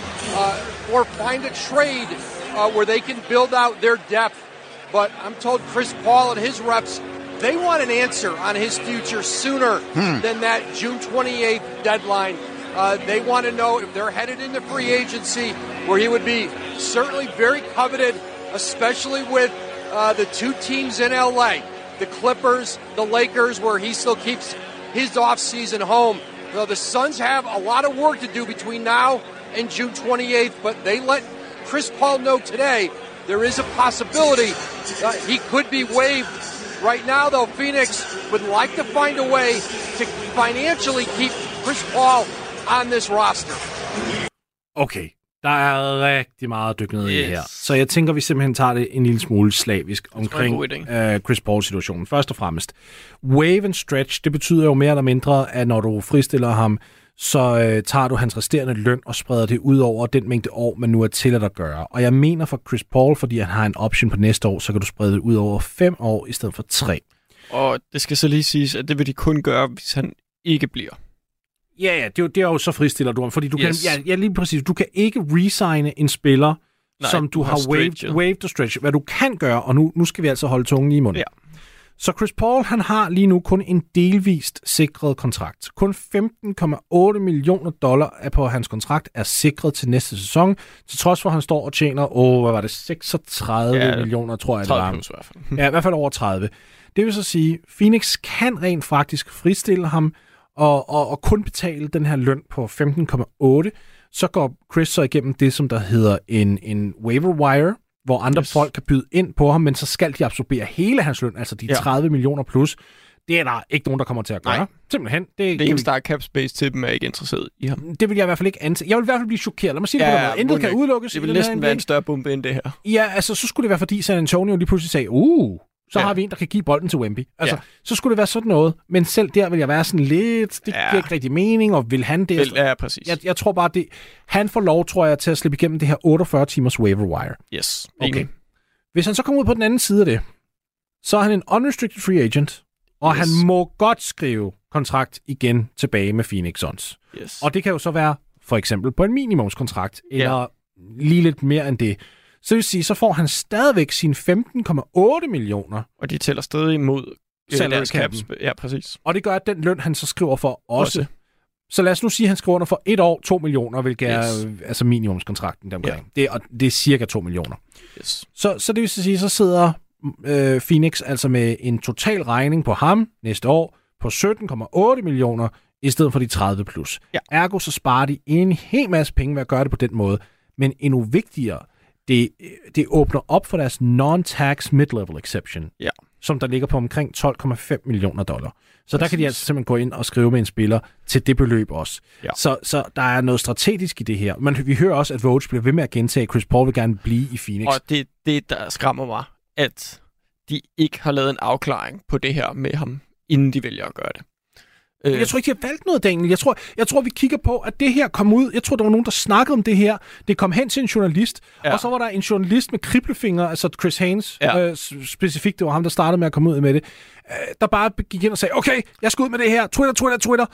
uh, or find a trade uh, where they can build out their depth? But I'm told Chris Paul and his reps, they want an answer on his future sooner hmm. than that June twenty-eighth deadline. Uh, they want to know if they're headed into free agency, where he would be certainly very coveted, especially with uh, the two teams in L A, the Clippers, the Lakers, where he still keeps his offseason home. So the Suns have a lot of work to do between now and June twenty-eighth, but they let Chris Paul know today there is a possibility uh, he could be waived. Right now, though, Phoenix would like to find a way to financially keep Chris Paul on this roster. Okay, der er rigtig meget at dykke ned yes. i her. Så jeg tænker, vi simpelthen tager det en lille smule slavisk omkring uh, Chris Paul-situationen. Først og fremmest, wave and stretch, det betyder jo mere eller mindre, at når du fristiller ham, så uh, tager du hans resterende løn og spreder det ud over den mængde år, man nu er tilladt at gøre. Og jeg mener for Chris Paul, fordi han har en option på næste år, så kan du sprede det ud over fem år i stedet for tre. Og det skal så lige siges, at det vil de kun gøre, hvis han ikke bliver. Ja, ja, det, det er jo så fristiller du ham, fordi du yes. kan, ja, ja, lige præcis, du kan ikke resigne en spiller, Nej, som du, du har waived, waived og stretched. Hvad du kan gøre, og nu, nu skal vi altså holde tungen i munden. Ja. Så Chris Paul, han har lige nu kun en delvist sikret kontrakt. Kun femten komma otte millioner dollar er på hans kontrakt er sikret til næste sæson, til trods for, at han står og tjener, åh, hvad var det, seksogtredive ja, millioner, tror jeg, det var. Plus, i hvert fald. Ja, i hvert fald over tredive. Det vil så sige, Phoenix kan rent faktisk fristille ham, Og, og, og kun betale den her løn på femten komma otte, så går Chris så igennem det, som der hedder en, en waiver wire, hvor andre yes. folk kan byde ind på ham, men så skal de absorbere hele hans løn, altså de ja. tredive millioner plus. Det er der ikke nogen, der kommer til at gøre. Nej. Simpelthen. Det, det eneste, der er cap space til dem, er ikke interesseret i ham. Det vil jeg i hvert fald ikke antage. Jeg vil i hvert fald blive chokeret. Lad mig sige ja, det på den måde. Intet kan udelukkes. Det vil næsten være en større bombe end det her. Ja, altså så skulle det være, fordi San Antonio lige pludselig sagde, uh, så ja. har vi en, der kan give bolden til Wemby. Altså, ja. så skulle det være sådan noget. Men selv der vil jeg være sådan lidt, det ja. giver ikke rigtig mening, og vil han det? Ja, præcis. Jeg, jeg tror bare, det han får lov, tror jeg, til at slippe igennem det her otteogfyrre timers waiver wire. Yes. Okay. Hvis han så kommer ud på den anden side af det, så er han en unrestricted free agent, og yes. han må godt skrive kontrakt igen tilbage med Phoenix Suns. Yes. Og det kan jo så være for eksempel på en minimumskontrakt, eller ja. lige lidt mere end det. Så vil sige, så får han stadigvæk sine femten komma otte millioner. Og de tæller stadig imod salarycappen. Ja, præcis. Og det gør, at den løn, han så skriver for også. også. Så lad os nu sige, at han skriver under for et år to millioner, hvilket yes. er altså minimumskontrakten deromkring. Yeah. Det, er, det er cirka to millioner. Yes. Så, så det vil sige, så sidder øh, Phoenix altså med en total regning på ham næste år på sytten komma otte millioner i stedet for de tredive plus. Ja. Ergo så sparer de en hel masse penge ved at gøre det på den måde. Men endnu vigtigere, det, det åbner op for deres non-tax mid-level exception, ja. som der ligger på omkring tolv komma fem millioner dollar. Så Præcis. Der kan de altså simpelthen gå ind og skrive med en spiller til det beløb også. Ja. Så, så der er noget strategisk i det her. Men vi hører også, at Woj bliver ved med at gentage, at Chris Paul vil gerne blive i Phoenix. Og det det, der skræmmer mig, at de ikke har lavet en afklaring på det her med ham, inden de vælger at gøre det. Jeg tror ikke, de har valgt noget, Daniel. Jeg tror, jeg tror, vi kigger på, at det her kom ud. Jeg tror, der var nogen, der snakkede om det her. Det kom hen til en journalist, ja. og så var der en journalist med kriblefingre, altså Chris Haynes, ja. øh, specifikt, det var ham, der startede med at komme ud med det, øh, der bare gik ind og sagde, okay, jeg skal ud med det her. Twitter, Twitter, Twitter.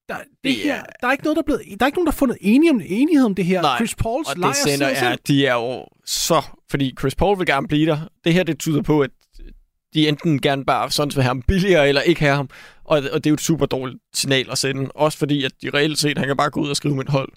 Der, det her, der er ikke noget, der er blevet, der er ikke nogen, der har fundet enighed om, enighed om det her. Nej, Chris Pauls og lejer det sender er, de er jo så... Fordi Chris Paul vil gerne blive der. Det her, det tyder på, at de enten gerne bare sådan vil have ham billigere, eller ikke have ham. Og, og det er jo et super dårligt signal at sende. Også fordi, at de reelt set, han kan bare gå ud og skrive med et hold.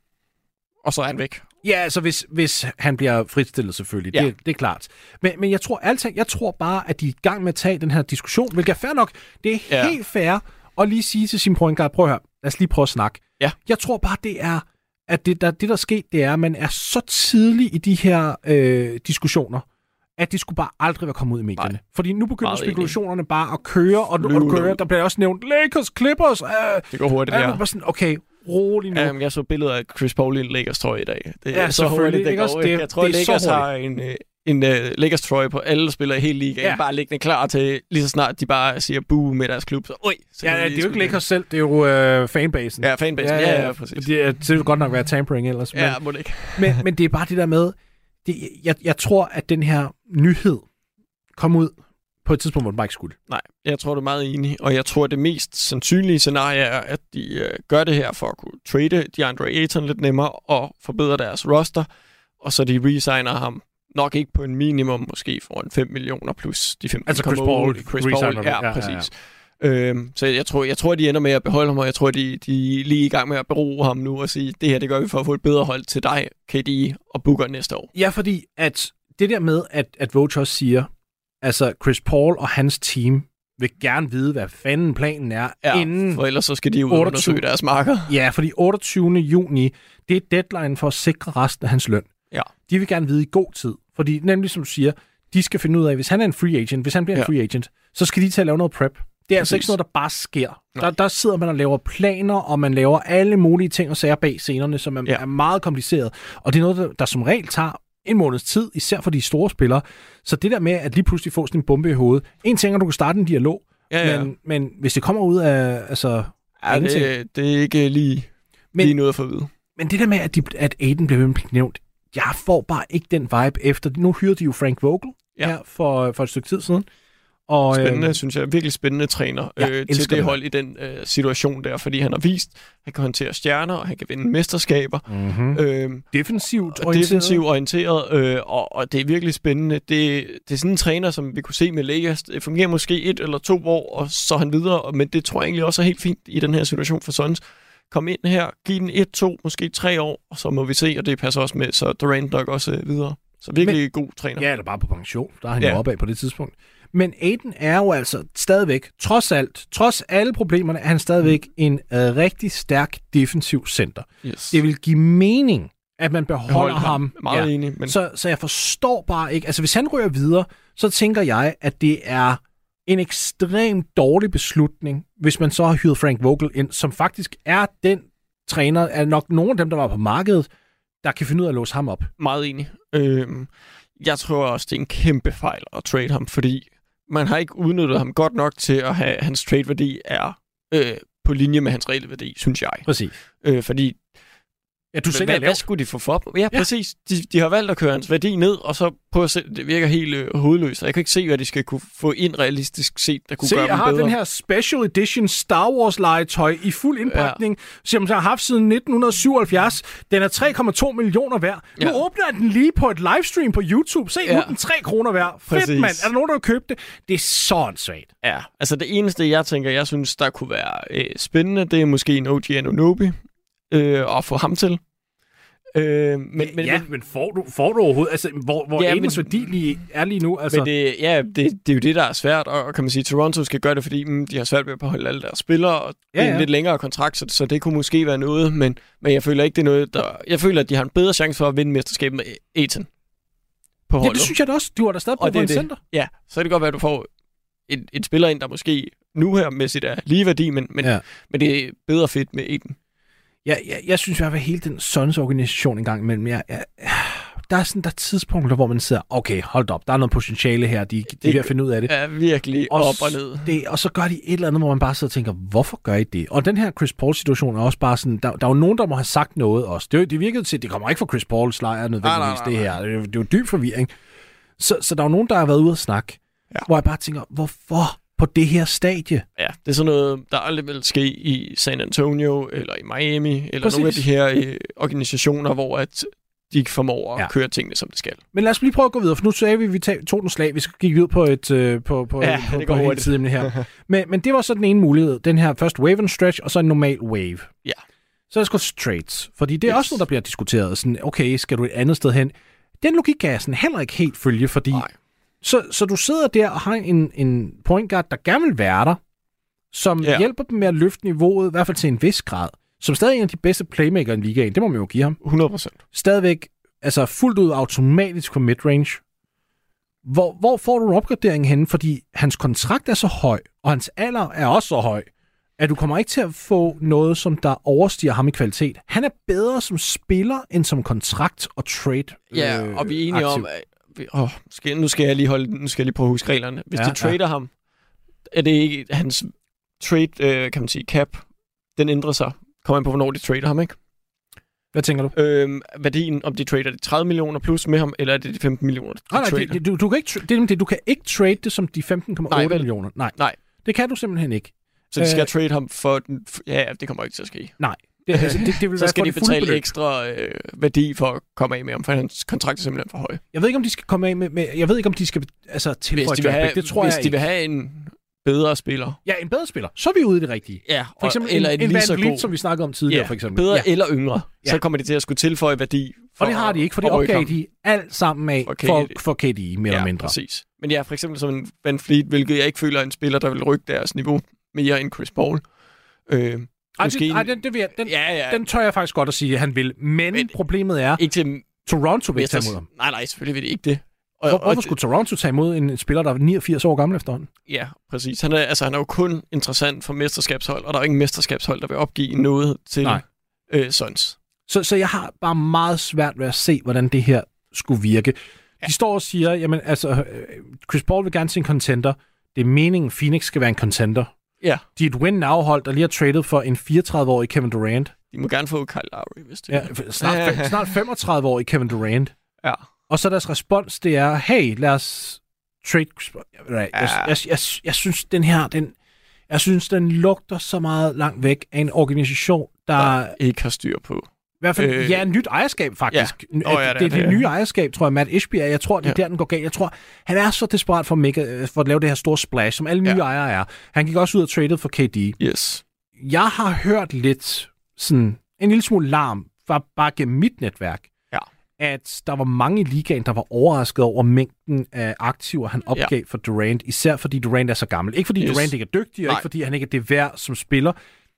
Og så er han væk. Ja, altså hvis, hvis han bliver fritstillet selvfølgelig, ja. det, det er klart. Men, men jeg tror altid, jeg tror bare, at de er i gang med at tage den her diskussion, hvilket er fair nok. Det er ja. helt fair at lige sige til sin point guard, prøv at høre, lad os lige prøve at snakke. Ja. Jeg tror bare, det er, at det der, det, der er sket, det er, at man er så tidlig i de her øh, diskussioner, at det skulle bare aldrig være kommet ud i medierne. Nej. Fordi nu begynder meget spekulationerne enig. bare at køre, og, og du kører, der bliver også nævnt Lakers, Clippers. Øh, det går hurtigt, det her. Sådan, okay, rolig nu. Um, jeg så billeder af Chris Paul i en Lakers trøje i dag. Det ja, er så hurtigt, det går. Det, jeg tror, det Lakers har en, en uh, Lakers trøje på alle spillere i hele ligaen. Ja. Bare liggende klar til, lige så snart de bare siger boo med deres klub. Så, Oj, så ja, ja, det er jo ikke Lakers selv, det er jo øh, fanbasen. Ja, fanbasen. Ja, ja, ja, præcis. Det, det vil godt nok være tampering ellers. Men, ja, må det ikke. men, men det er bare det der med, det, jeg, jeg tror, at den her nyhed kom ud på et tidspunkt, hvor den bare ikke skulle. Nej, jeg tror, du er meget enig, og jeg tror, det mest sandsynlige scenarie er, at de øh, gør det her for at kunne trade DeAndre Ayton lidt nemmere og forbedre deres roster, og så de resigner ham nok ikke på en minimum, måske for en fem millioner plus de femten. Altså Chris Paul. Chris Paul, ja, ja, præcis. Ja, ja. Øhm, så jeg tror, jeg tror, de ender med at beholde ham, og jeg tror, de, de er lige i gang med at bero ham nu og sige, det her, det gør vi for at få et bedre hold til dig, K D og Booker næste år. Ja, fordi at det der med, at, at Vogt også siger, altså, Chris Paul og hans team vil gerne vide, hvad fanden planen er, ja, inden... for ellers så skal de ud og undersøge deres marker. Ja, fordi otteogtyvende juni, det er deadline for at sikre resten af hans løn. Ja. De vil gerne vide i god tid. Fordi nemlig, som du siger, de skal finde ud af, hvis han er en free agent, hvis han bliver ja. en free agent, så skal de til at lave noget prep. Det er Præcis. altså ikke noget, der bare sker. Der, der sidder man og laver planer, og man laver alle mulige ting og sager bag scenerne, som er, ja. er meget kompliceret. Og det er noget, der, der som regel tager en måneds tid, især for de store spillere. Så det der med, at lige pludselig få sådan en bombe i hovedet. En ting er, at du kan starte en dialog, ja, ja. Men, men hvis det kommer ud af... Altså, ja, det, det er ikke lige, men, lige noget for at vide. Men det der med, at, de, at Ayton blev nævnt, jeg får bare ikke den vibe efter. Nu hyrede de jo Frank Vogel ja. her for, for et stykke tid siden. Og, spændende, øh, synes jeg. Virkelig spændende træner øh, til det hold i den øh, situation der, fordi han har vist, at han kan håndtere stjerner, og han kan vinde mesterskaber. Mm-hmm. Øh, defensivt orienteret. Defensivt orienteret, øh, og, og det er virkelig spændende. Det, det er sådan en træner, som vi kunne se med Lakers. Det fungerer måske et eller to år, og så er han videre, men det tror jeg egentlig også er helt fint i den her situation for Suns. Kom ind her, giv den et, to, måske tre år, og så må vi se, og det passer også med, så Durant nok også øh, videre. Så virkelig men, god træner. Ja, eller bare på pension. Der er han ja. jo opad på det tidspunkt. Men Ayton er jo altså stadigvæk, trods alt, trods alle problemerne, er han stadigvæk en uh, rigtig stærk defensiv center. Yes. Det vil give mening, at man beholder ham. ham. Meget ja. enig. Men... Så, så jeg forstår bare ikke, altså hvis han rører videre, så tænker jeg, at det er en ekstremt dårlig beslutning, hvis man så har hyret Frank Vogel ind, som faktisk er den træner, er nok nogle af dem, der var på markedet, der kan finde ud af at låse ham op. Meget enig. Øhm, jeg tror også, det er en kæmpe fejl at trade ham, fordi man har ikke udnyttet ham godt nok til at have hans trade-værdi er øh, på linje med hans reelle værdi, synes jeg. Præcis. Øh, fordi ja, du hvad, hvad skulle de få for? Ja, ja. præcis. De, de har valgt at køre hans værdi ned, og så prøve at se, det virker helt øh, hovedløst. Jeg kan ikke se, hvad de skal kunne få ind realistisk set, der kunne se, gøre dem bedre. Se, jeg har den her Special Edition Star Wars-legetøj i fuld indpakning, ja. som jeg har haft siden nitten syvoghalvfjerds. Den er tre komma to millioner værd. Nu ja. åbner jeg den lige på et livestream på YouTube. Se, ja. nu er den tre kroner værd. Præcis. Fedt, mand. Er der nogen, der har købt det? Det er sådan svagt. Ja, altså det eneste, jeg tænker, jeg synes, der kunne være øh, spændende, det er måske en O G Anunoby øh, at få ham til. Øh, men, men, ja, men får du, får du overhovedet, altså, hvor, hvor ja, Aidens værdi lige, er lige nu? Altså. Men det, ja, det, det er jo det, der er svært, og kan man sige, Toronto skal gøre det, fordi mm, de har svært ved at beholde alle deres spillere, og ja, det er en ja. lidt længere kontrakt, så, så det kunne måske være noget, men, men jeg føler ikke, det er noget, der... Jeg føler, at de har en bedre chance for at vinde mesterskabet med Ayton på holdet. Ja, det synes jeg da også. Du har da stadig på en center. Ja, så er det godt være, at du får en, en spiller ind, der måske nu her med sit er lige værdi, men, men, ja. men det er bedre fedt med Ayton. Ja, jeg, jeg synes i hvert fald hele den Suns organisation en gang imellem, jeg, jeg, der er sådan der tidspunkter, hvor man siger, okay, hold op, der er noget potentiale her, de, de det, er ved at finde ud af det. Ja, virkelig og op og ned. Det, og så gør de et eller andet, hvor man bare sidder og tænker, hvorfor gør I det? Og den her Chris Paul-situation er også bare sådan, der, der er jo nogen, der må have sagt noget også. Det, det virkede til, det kommer ikke fra Chris Pauls lejr nødvendigvis, nej, nej, nej, det her. Det, det er jo dyb forvirring. Så, så der er jo nogen, der har været ude at snakke, ja. hvor jeg bare tænker, hvorfor på det her stadie. Ja, det er sådan noget, der aldrig vil ske i San Antonio, eller i Miami, eller Præcis. nogle af de her øh, organisationer, hvor at de ikke formår at Ja. køre tingene, som det skal. Men lad os lige prøve at gå videre, for nu sagde vi, at vi tog nogle slag. Vi skal gik ud på et øh, på, på, Ja, på, det på går hele hurtigt. tiden her. men, men det var så den ene mulighed. Den her først wave and stretch, og så en normal wave. Ja. Så lad os gå til trades. Fordi det er Yes. også noget, der bliver diskuteret. Sådan, okay, skal du et andet sted hen? Den logik kan jeg sådan heller ikke helt følge, fordi Nej. så, så du sidder der og har en, en point guard, der gerne vil være der, som Ja. hjælper dem med at løfte niveauet, i hvert fald til en vis grad. Som stadig er en af de bedste playmaker i ligaen. Det må man jo give ham. hundrede procent. Stadigvæk altså fuldt ud automatisk for midrange. Hvor, hvor får du en opgradering henne? Fordi hans kontrakt er så høj, og hans alder er også så høj, at du kommer ikke til at få noget, som der overstiger ham i kvalitet. Han er bedre som spiller, end som kontrakt og trade. Ja, øh, og vi er enige aktiv. om, at vi, åh, skal, nu skal jeg lige holde, nu skal jeg lige prøve at huske reglerne. Hvis Ja, ja, de trader ja. ham, er det ikke hans trade, øh, kan man sige, cap, den ændrer sig. Kommer an på, hvornår de trader ham, ikke? Hvad tænker du? Øhm, værdien, om de trader de tredive millioner plus med ham, eller er det de femten millioner, de Nej, nej, trader? det, det, du, du, kan ikke, tra- det, er det, du kan ikke trade det som de femten komma Nej, otte vel? millioner. Nej. Nej. Det kan du simpelthen ikke. Så de skal Øh, trade ham for... Den, f- ja, det kommer ikke til at ske. Nej. Det, altså, det, det vil Så være skal for de det fulde betale beløb. ekstra øh, værdi for at komme af med ham, for hans kontrakt er simpelthen for høj. Jeg ved ikke, om de skal komme af med... med jeg ved ikke, om de skal altså, Hvis tilføje de vil have, draftback. Det tror hvis jeg de ikke. vil have en bedre spiller, Ja, en bedre spiller. Så er vi ude i det rigtige. ja, For eksempel og, eller en, en, en lige Van så Vliet, god, som vi snakkede om tidligere, ja, for eksempel. bedre Ja. eller yngre, Ja. så kommer de til at skulle tilføje værdi. For, Og det har de ikke, for det at rykke opgav ham. de alt sammen af For for, K D. for K D, mere Ja, eller mindre. præcis. Men ja, for eksempel som en Van Vliet, hvilket jeg ikke føler er en spiller, der vil rykke deres niveau mere end Chris Paul. Øh, Ej, måske det, en- ej den, det vil jeg, den, ja, ja, den tør jeg faktisk godt at sige, at han vil. Men, Men- problemet er, ikke til Toronto vil ikke tage Mesters... imod ham. Nej, nej, selvfølgelig vil det ikke det. Og, Hvor, og, hvorfor skulle Toronto tage imod en spiller, der er niogfirs år gammel efterhånden? Ja, præcis. Han er, altså, han er jo kun interessant for mesterskabshold, og der er jo ingen mesterskabshold, der vil opgive noget til Nej. øh, Suns. Så, så jeg har bare meget svært ved at se, hvordan det her skulle virke. De står og siger, jamen altså, øh, Chris Paul vil gerne se en contender. Det er meningen, Phoenix skal være en contender. Ja, De er et win-now-hold, der lige har traded for en fireogtredive-årig Kevin Durant. de må gerne få Kyle Lowry, hvis det Ja, er. snart, fem, snart femogtredive-årig Kevin Durant. Ja. Og så deres respons, det er, hey, lad os trade... Jeg, Ja. jeg, jeg, jeg, jeg synes, den her, den, jeg synes, den lugter så meget langt væk af en organisation, der... Der ikke har styr på. I hvert fald, Øh, ja, nyt ejerskab faktisk. ja. Ja. Nå, ja, det, det det er er det det, nye ja. ejerskab, tror jeg, Matt Ishbia. Jeg tror, det er Ja. der, den går galt. Jeg tror, han er så desperat for, mega, for at lave det her store splash, som alle nye Ja. ejere er. Han gik også ud og traded for K D. Yes. Jeg har hørt lidt sådan en lille smule larm, fra bare gennem mit netværk, Ja. at der var mange i ligaen, der var overrasket over mængden af aktiver, han opgav ja. for Durant, især fordi Durant er så gammel. Ikke fordi Yes. Durant ikke er dygtig, og Nej. ikke fordi han ikke er det værd som spiller,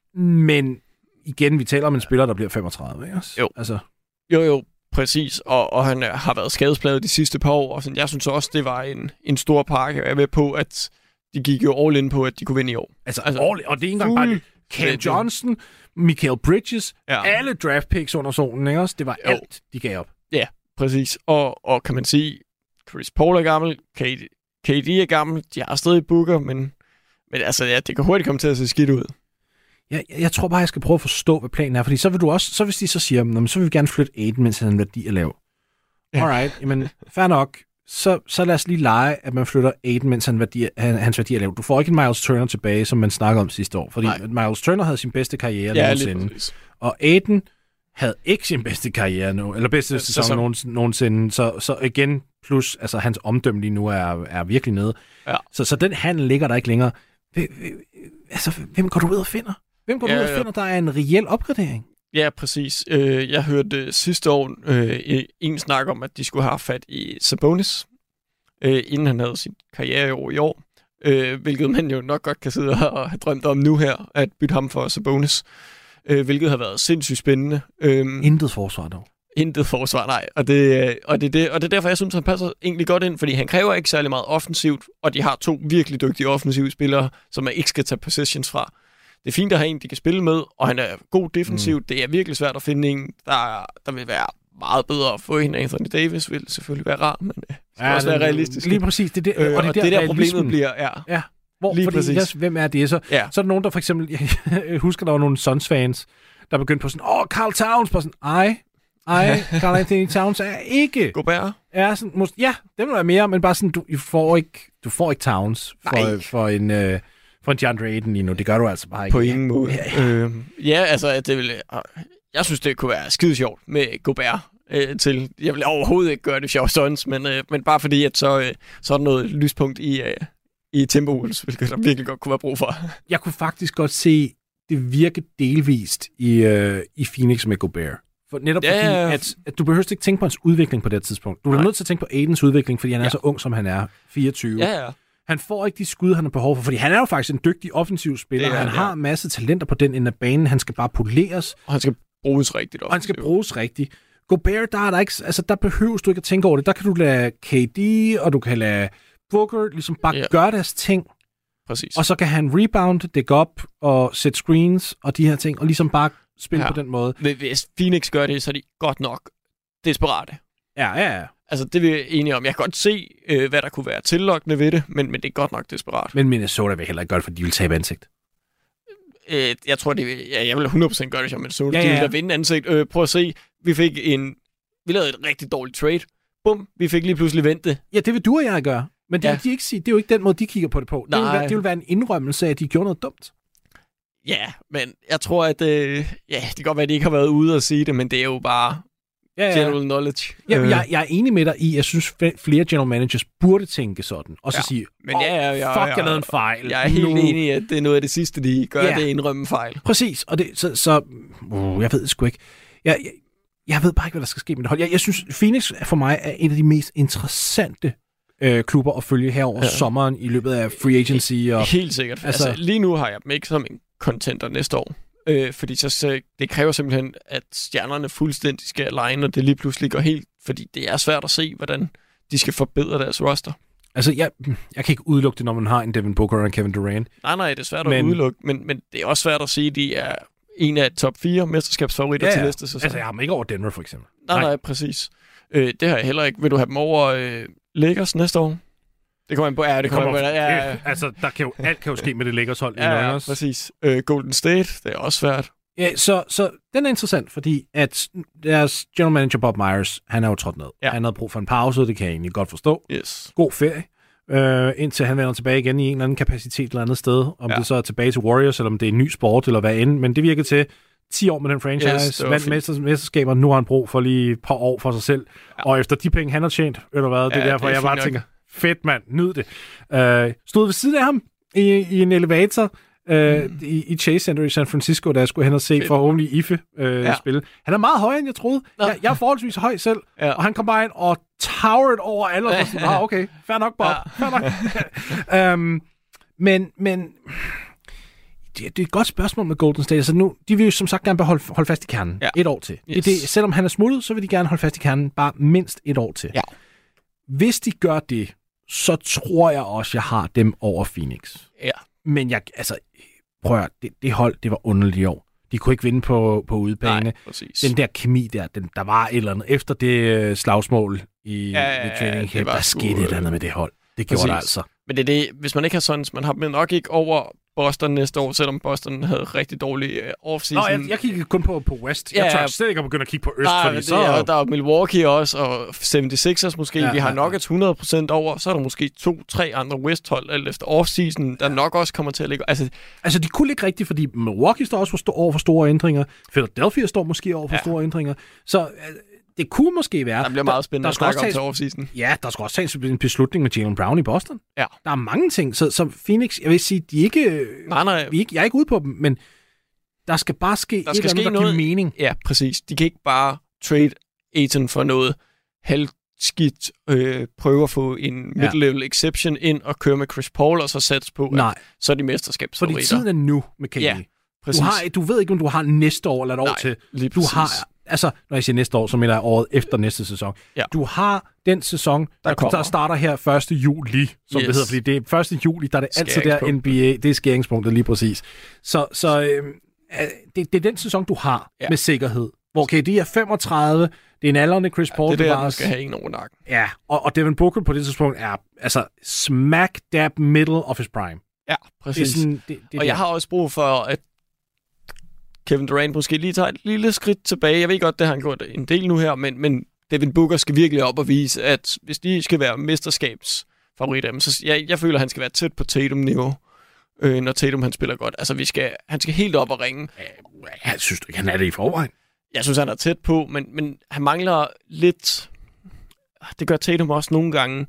men igen, vi taler om en spiller, der bliver femogtredive, ikke også? Jo. Altså, Jo, jo, præcis. Og, og han er, har været skadespladet de sidste par år, og sådan, jeg synes også, det var en, en stor pakke. Jeg er med på, at de gik jo all in på, at de kunne vinde i år. altså, Altså, altså og det er ikke engang bare fuld- Cam det- Johnson, Michael Bridges, Ja. alle draft picks under solen, ikke også? Det var Jo. alt, de gav op. Præcis. Og, og kan man sige, Chris Paul er gammel, K D, K D er gammel, de har stadig Booker, men, men altså, ja, det kan hurtigt komme til at se skidt ud. Jeg, jeg tror bare, jeg skal prøve at forstå, hvad planen er, fordi så vil du også, så hvis de så siger, "Nå, men så vil vi gerne flytte Aiden, mens han værdi er lav. Ja. Alright, jamen, fair nok. Så, så lad os lige lege, at man flytter Aiden, mens han værdi, han, hans værdi er lav. Du får ikke en Miles Turner tilbage, som man snakkede om sidste år, fordi Nej. Miles Turner havde sin bedste karriere Ja, lige nogensinde. præcis. Og Aiden havde ikke sin bedste karriere nu, eller bedste Ja, sæson sæson. nogensinde, nogensinde. Så, så igen, plus altså, hans omdømme lige nu er, er virkelig nede. Ja. Så, så den handel ligger der ikke længere. Hvem, altså, hvem går du ud og finder? Hvem går Ja, du ud og ja. finder, der er en reel opgradering? Ja, præcis. Øh, jeg hørte øh, sidste år øh, en snak om, at de skulle have fat i Sabonis, øh, inden han havde sin karriere i år i år. Øh, hvilket man jo nok godt kan sidde og have drømt om nu her, at bytte ham for Sabonis. Øh, hvilket har været sindssygt spændende. Øh, Intet forsvar dog. Intet forsvar, nej. Og det, og, det, er det, og det er derfor, jeg synes, han passer egentlig godt ind, fordi han kræver ikke særlig meget offensivt, og de har to virkelig dygtige offensive spillere, som man ikke skal tage possessions fra. Det er fint at have en, de kan spille med, og han er god defensivt. Mm. Det er virkelig svært at finde en, der, der vil være meget bedre at få en. Anthony Davis vil selvfølgelig være rar, men det skal ja, også være realistisk. Lige præcis. Det, det, Øh, og det, og der, det der realismen- problemet bliver, ja. Ja, hvor, Lige fordi, præcis. yes, hvem er det så? Ja. Så er der nogen, der for eksempel, jeg husker, der var nogle Suns-fans, der begyndte på sådan, åh, Carl Towns, på sådan, ej, ej, Carl Anthony Towns er ikke, Gobert. Ja, sådan, mås- ja, det vil være mere, men bare sådan, du får ikke, du får ikke Towns for, for en... Øh, for en DeAndre Ayton lige nu. Det gør du altså bare ikke. På ingen måde. Ja, øh, ja altså, det vil, jeg synes, det kunne være skide sjovt med Gobert øh, til. Jeg vil overhovedet ikke gøre det sjovt sådan, men, øh, men bare fordi, at så, øh, så er der noget lyspunkt i, øh, i Timberwolves, hvilket der virkelig godt kunne være brug for. Jeg kunne faktisk godt se det virke delvist i, øh, i Phoenix med Gobert. For netop ja, fordi, ja. At, at du behøver ikke tænke på hans udvikling på det tidspunkt. Du er nødt til at tænke på Aidens udvikling, fordi han er ja. så ung, som han er. fireogtyve. Ja, ja. Han får ikke de skud, han har behov for, fordi han er jo faktisk en dygtig offensiv spiller. Han har en masse talenter på den ende af banen. Han skal bare poleres. Og han skal bruges rigtigt. Og han skal bruges rigtigt. Gobert, der er der ikke, altså der behøves du ikke at tænke over det. Der kan du lade K D, og du kan lade Booker ligesom bare ja. gøre deres ting. Præcis. Og så kan han rebound, dække op og sætte screens og de her ting, og ligesom bare spille ja. på den måde. Hvis Phoenix gør det, så er de godt nok desperate. Ja, ja, ja. Altså, det er vi enige om. Jeg kan godt se, øh, hvad der kunne være tillokkende ved det, men, men det er godt nok desperat. Men Minnesota vil heller ikke gøre det, fordi de vil tabe ansigt. Øh, jeg tror, det vil, ja, jeg vil hundrede procent gøre det, som Minnesota. Ja, ja. De vil da vinde ansigt. Øh, prøv at se. Vi fik en... Vi lavede et rigtig dårligt trade. Bum, vi fik lige pludselig vendt det. Ja, det vil du og jeg gøre. Men det, ja. vil de ikke sige. Det er jo ikke den måde, de kigger på det på. Det vil, være, det vil være en indrømmelse af, at de gjorde noget dumt. Ja, men jeg tror, at... Øh, ja, det kan godt være, at de ikke har været ude og sige det, men det er jo bare... Ja, ja. General knowledge. Ja, jeg, jeg er enig med dig i, jeg synes, flere general managers burde tænke sådan. Og så ja. sige, men ja, ja, ja, fuck, ja, jeg lavede en fejl. Jeg er helt nu. enig i, at det er noget af det sidste, de gør, ja. det er indrømme fejl. Præcis, og det, så, så uh, jeg ved det sgu ikke. Jeg, jeg, jeg ved bare ikke, hvad der skal ske med det hold. Jeg, jeg synes, Phoenix for mig er en af de mest interessante øh, klubber at følge her over ja. sommeren i løbet af free agency. Og, helt sikkert. Altså, altså, lige nu har jeg dem ikke som en contender næste år. Øh, fordi så, så det kræver simpelthen, at stjernerne fuldstændig skal align, og det lige pludselig går helt, fordi det er svært at se, hvordan de skal forbedre deres roster. Altså, jeg, jeg kan ikke udelukke det, når man har en Devin Booker og en Kevin Durant. Nej, nej, det er svært men, at udelukke, men, men det er også svært at sige, at de er en af top fire mesterskabsfavoritter ja, ja. til næste sæson. Altså, jeg har dem ikke over Denver, for eksempel. Nej, nej, nej præcis. Øh, det har jeg heller ikke. Vil du have dem over øh, Lakers næste år? Det kommer an på. Ja, det, det kommer, kommer an på. Ja, ja. Altså, der kan jo, alt kan jo ske med det Lakers hold. Ja, ja, præcis. Øh, Golden State, det er også svært. Ja, så, så den er interessant, fordi at deres general manager Bob Myers, han er jo trådt ned. Ja. Han havde brug for en pause, det kan jeg egentlig godt forstå. Yes. God ferie, øh, indtil han vender tilbage igen i en eller anden kapacitet et eller andet sted. Om ja. det så er tilbage til Warriors, eller om det er en ny sport, eller hvad end. Men det virker til ti år med den franchise, yes, vandt mesters, mesterskaber, nu har han brug for lige et par år for sig selv. Ja. Og efter de penge, han har tjent, eller hvad, ja, det er derfor, det er jeg bare nok. tænker, fedt mand, nyd det. Øh, stod ved siden af ham i, i en elevator, Uh, mm. i, i Chase Center i San Francisco, der jeg skulle hen og se Fedt. forhåbentlig I F E uh, ja. spille. Han er meget højere, end jeg troede. Jeg, jeg er forholdsvis høj selv, ja. og han kom bare ind og towered over alle, og sådan, ah, okay, fair nok, Bob. Ja. Fair nok. um, men, men det, det er et godt spørgsmål med Golden State. Altså nu, de vil jo som sagt gerne holde, holde fast i kernen ja. et år til. Yes. Det, det, selvom han er smuttet, så vil de gerne holde fast i kernen bare mindst et år til. Ja. Hvis de gør det, så tror jeg også, jeg har dem over Phoenix. Ja. Men jeg, altså, prøv at, det, det hold, det var underligt i år. De kunne ikke vinde på, på udebane. Den der kemi der, den, der var et eller andet. Efter det uh, slagsmål i ja, ja, training camp, der skete et eller andet med det hold. Det gjorde præcis. det altså. Men det er det, hvis man ikke har sådan, man har dem nok ikke over Boston næste år, selvom Boston havde rigtig dårlig uh, offseason. Nå, jeg, jeg kiggede kun på, på West. Jeg ja, tør slet ikke at begynde at kigge på Øst. Nej, fordi det, så... og der er Milwaukee også, og seventy-sixers måske. Ja, vi har Nuggets hundrede procent over. Så er der måske to-tre andre West-hold, alt efter offseason, der nok også kommer til at ligge. Altså, altså de kunne ikke rigtigt, fordi Milwaukee står også for sto- over for store ændringer. Philadelphia står måske over for ja. store ændringer. Så... Uh, det kunne måske være... Der bliver meget spændende der, der at snakke om til offseason. Ja, der skal også tages en beslutning med Jaylen Brown i Boston. Ja. Der er mange ting. Så, så Phoenix, jeg vil sige, de er ikke... Nej, nej. Vi er ikke, jeg er ikke ude på dem, men der skal bare ske der skal et eller andet, der giver mening. Ja, præcis. De kan ikke bare trade Ayton for noget halvskidt, øh, prøve at få en mid-level ja. exception ind og køre med Chris Paul, og så sættes på, nej. at så er de mesterskabsfavoritter. Fordi tiden er nu med K D. Ja, præcis. Du, har, du ved ikke, om du har næste år eller et år nej, til. Lige du har... Altså, når jeg siger næste år, så mener jeg året efter næste sæson. Ja. Du har den sæson, der, der, der starter her første juli, som yes. det hedder, fordi det er første juli, der er det altid der N B A, det er skæringspunktet lige præcis. Så, så øh, det, det er den sæson, du har ja. med sikkerhed, hvor K D er femogtredive, det er en aldrende Chris Paul. Ja, det er der, du skal have en over nakken. Ja, og, og Devin Booker på det tidspunkt er altså smack dab middle of his prime. Ja, præcis. Det er sådan, det, det og jeg har også brug for, at Kevin Durant måske lige tager et lille skridt tilbage. Jeg ved godt, det har han gjort en del nu her, men, men Devin Booker skal virkelig op og vise, at hvis de skal være mesterskabsfavoritter, så jeg, jeg føler, at han skal være tæt på Tatum-niveau, øh, når Tatum han spiller godt. Altså, vi skal, han skal helt op og ringe. Jeg synes ikke, han er det i forvejen. Jeg synes, han er tæt på, men, men han mangler lidt... Det gør Tatum også nogle gange,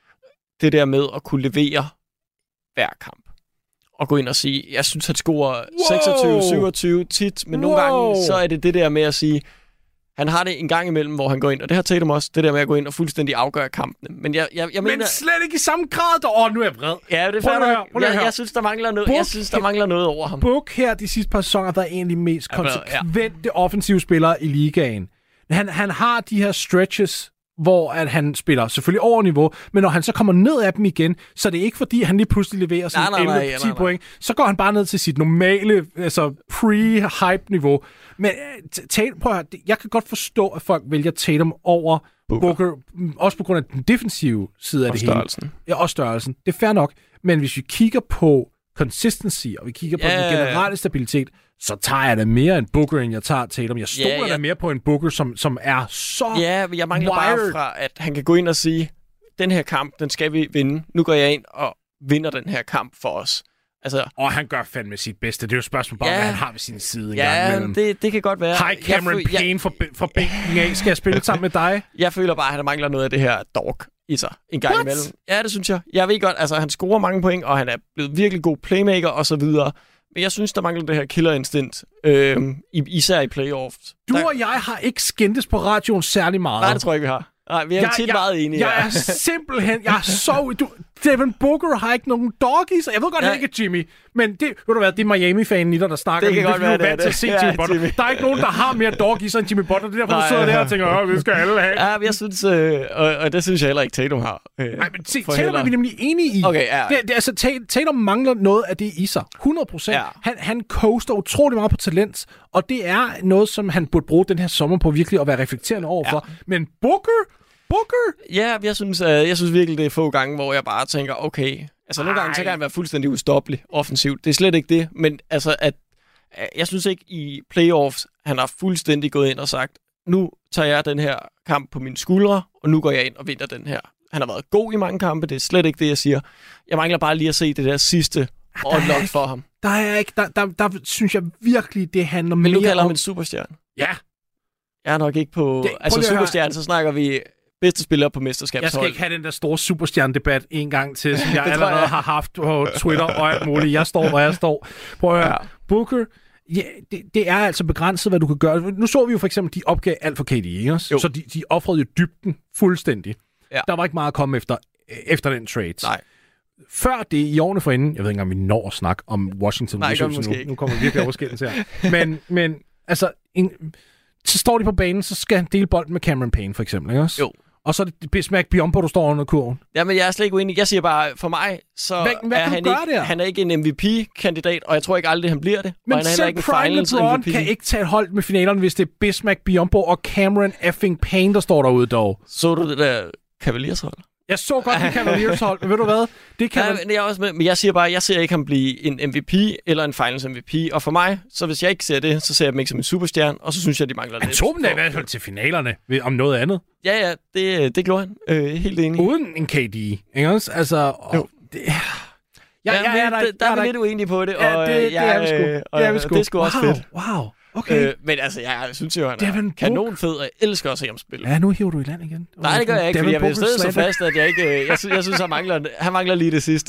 det der med at kunne levere hver kamp. Og gå ind og sige, jeg synes, han scorer seksogtyve syvogtyve tit, men wow. nogle gange, så er det det der med at sige, han har det en gang imellem, hvor han går ind, og det har Tatum også, det der med at gå ind og fuldstændig afgøre kampene. Men jeg, jeg, jeg mener... Men slet ikke i samme grad, der... Åh, oh, nu er jeg vred. Ja, det er færdigt. Jeg, jeg synes, der mangler noget, Book, jeg synes, der mangler noget over ham. Book her de sidste par sæsoner, der er en af de mest konsekvente ja. offensive spillere i ligaen. Han, han har de her stretches, hvor at han spiller selvfølgelig over niveau, men når han så kommer ned af dem igen, så er det ikke fordi, han lige pludselig leverer sin elleve til ti point, så går han bare ned til sit normale, altså pre-hype-niveau. Men Tatum, prøv at høre, jeg kan godt forstå, at folk vælger Tatum over Booker, Booker også på grund af den defensive side af det hele. Og størrelsen. Ja, og størrelsen. Det er fair nok, men hvis vi kigger på consistency, og vi kigger på yeah. den generelle stabilitet, så tager jeg da mere en Booker, end jeg tager Tatum. Jeg stoler yeah, da yeah. mere på en Booker, som, som er så Ja, jeg mangler wired. bare fra, at han kan gå ind og sige, den her kamp, den skal vi vinde. Nu går jeg ind og vinder den her kamp for os. Altså, og han gør fandme sit bedste. Det er jo et spørgsmål bare, ja, hvad han har ved sin side en ja, gang imellem. det, det kan godt være. Hej Cameron jeg, Payne jeg, fra, fra bænken af. Skal jeg spille sammen med dig? Jeg føler bare, at han mangler noget af det her dog i sig en gang What? imellem. Ja, det synes jeg. Jeg ved godt, altså han scorer mange point, og han er blevet virkelig god playmaker og så videre. Men jeg synes, der mangler det her killerinstinkt, øh, især i playoffs. Du der... og jeg har ikke skændtes på radioen særlig meget. Nej, det tror jeg ikke, vi har. Nej, vi er jeg, tit jeg, meget enige. Jeg her. er simpelthen... Jeg er så... Du, Devin Booker har ikke nogen doggies. Jeg ved godt, ja. han ikke er Jimmy. Men det, ved du hvad, det er Miami-fanen i dig, der snakker. Det kan godt være, det er det. Til at se ja, Jimmy Butler. Der er ikke nogen, der har mere doggies end Jimmy Butler. Det er derfor, Nej, du sidder ja. der og tænker, åh, vi skal alle have. Ja, jeg synes... Øh, og, og det synes jeg heller ikke, Tatum har. Øh, Nej, men se, Tatum er vi nemlig enige i. Okay, ja. det, det, altså, Tatum mangler noget af det i sig. hundrede procent. Ja. Han, han coaster utrolig meget på talent, og det er noget, som han burde bruge den her sommer på virkelig at være reflekterende overfor. Ja. Men Booker... Booker? Ja, jeg synes, uh, jeg synes virkelig, det er få gange, hvor jeg bare tænker, okay, altså nogle gange, så kan han være fuldstændig ustoppelig offensivt. Det er slet ikke det, men altså, at, uh, jeg synes ikke i playoffs, han har fuldstændig gået ind og sagt, nu tager jeg den her kamp på mine skuldre, og nu går jeg ind og vinder den her. Han har været god i mange kampe, det er slet ikke det, jeg siger. Jeg mangler bare lige at se det der sidste unlock for ham. Der er ikke, der, der, der, der synes jeg virkelig, det handler mere om... Men nu kalder ham en superstjerne. Ja. Jeg er nok ikke på... Det, altså superstjerne, så snakker vi... bedste spiller på mesterskabshold. Jeg skal ikke have den der store superstjerne-debat en gang til, som jeg allerede jeg. har haft på Twitter og alt muligt. Jeg står, hvor jeg står. Prøv at høre. Ja. Booker, ja, det, det er altså begrænset, hvad du kan gøre. Nu så vi jo for eksempel, de opgav alt for K D, ikke? Så de, de offrede jo dybden fuldstændig. Ja. Der var ikke meget at komme efter, efter den trade. Nej. Før det, i årene forinden, jeg ved ikke engang, om vi når at snakke om Washington Nej, Wizards nu. Nu kommer vi virkelig overskillende til her. Men, men altså, en, så står de på banen, så skal han dele bolden med Cameron Payne, for eksempel, ikke også? Jo. Og så er det Bismack Biyombo, du står under kurven. Jamen, jeg er slet ikke uenig. Jeg siger bare, for mig, så hvad, hvad er han ikke, han er ikke en M V P-kandidat, og jeg tror ikke aldrig, han bliver det. Men og han er selv ikke Prime LeBron kan ikke tage et hold med finalerne, hvis det er Bismack Biyombo og Cameron effing Payne, der står derude dog. Så du det der Cavaliers-hold? Jeg så godt det Cavaliers-hold, men ved du hvad? Det kan ja, men, jeg også med, men jeg siger bare, jeg ser ikke ham blive en M V P eller en Finals M V P, og for mig, så hvis jeg ikke ser det, så ser jeg dem ikke som en superstjerne, og så synes jeg, de mangler han lidt. Han tog dem da i hvert fald til finalerne, om noget andet. Ja, ja, det, det gjorde han. Øh, helt enig. Uden en K D, ikke også? Altså, jo. Det, ja, ja, ja, ja, der, der, der er vi lidt uenige på det, og ja, det, jeg, det er vi sgu. Og, det er vi sgu. Det er sgu også wow, fedt. Wow. Okay. Øh, men altså, jeg synes jo, han er kanonfed, og jeg elsker at se ham spille. Ja, nu hiver du i land igen. Nej, det gør jeg ikke, fordi jeg vil stadig så fast, at jeg ikke... Jeg synes, jeg synes han, mangler, han mangler lige det sidste.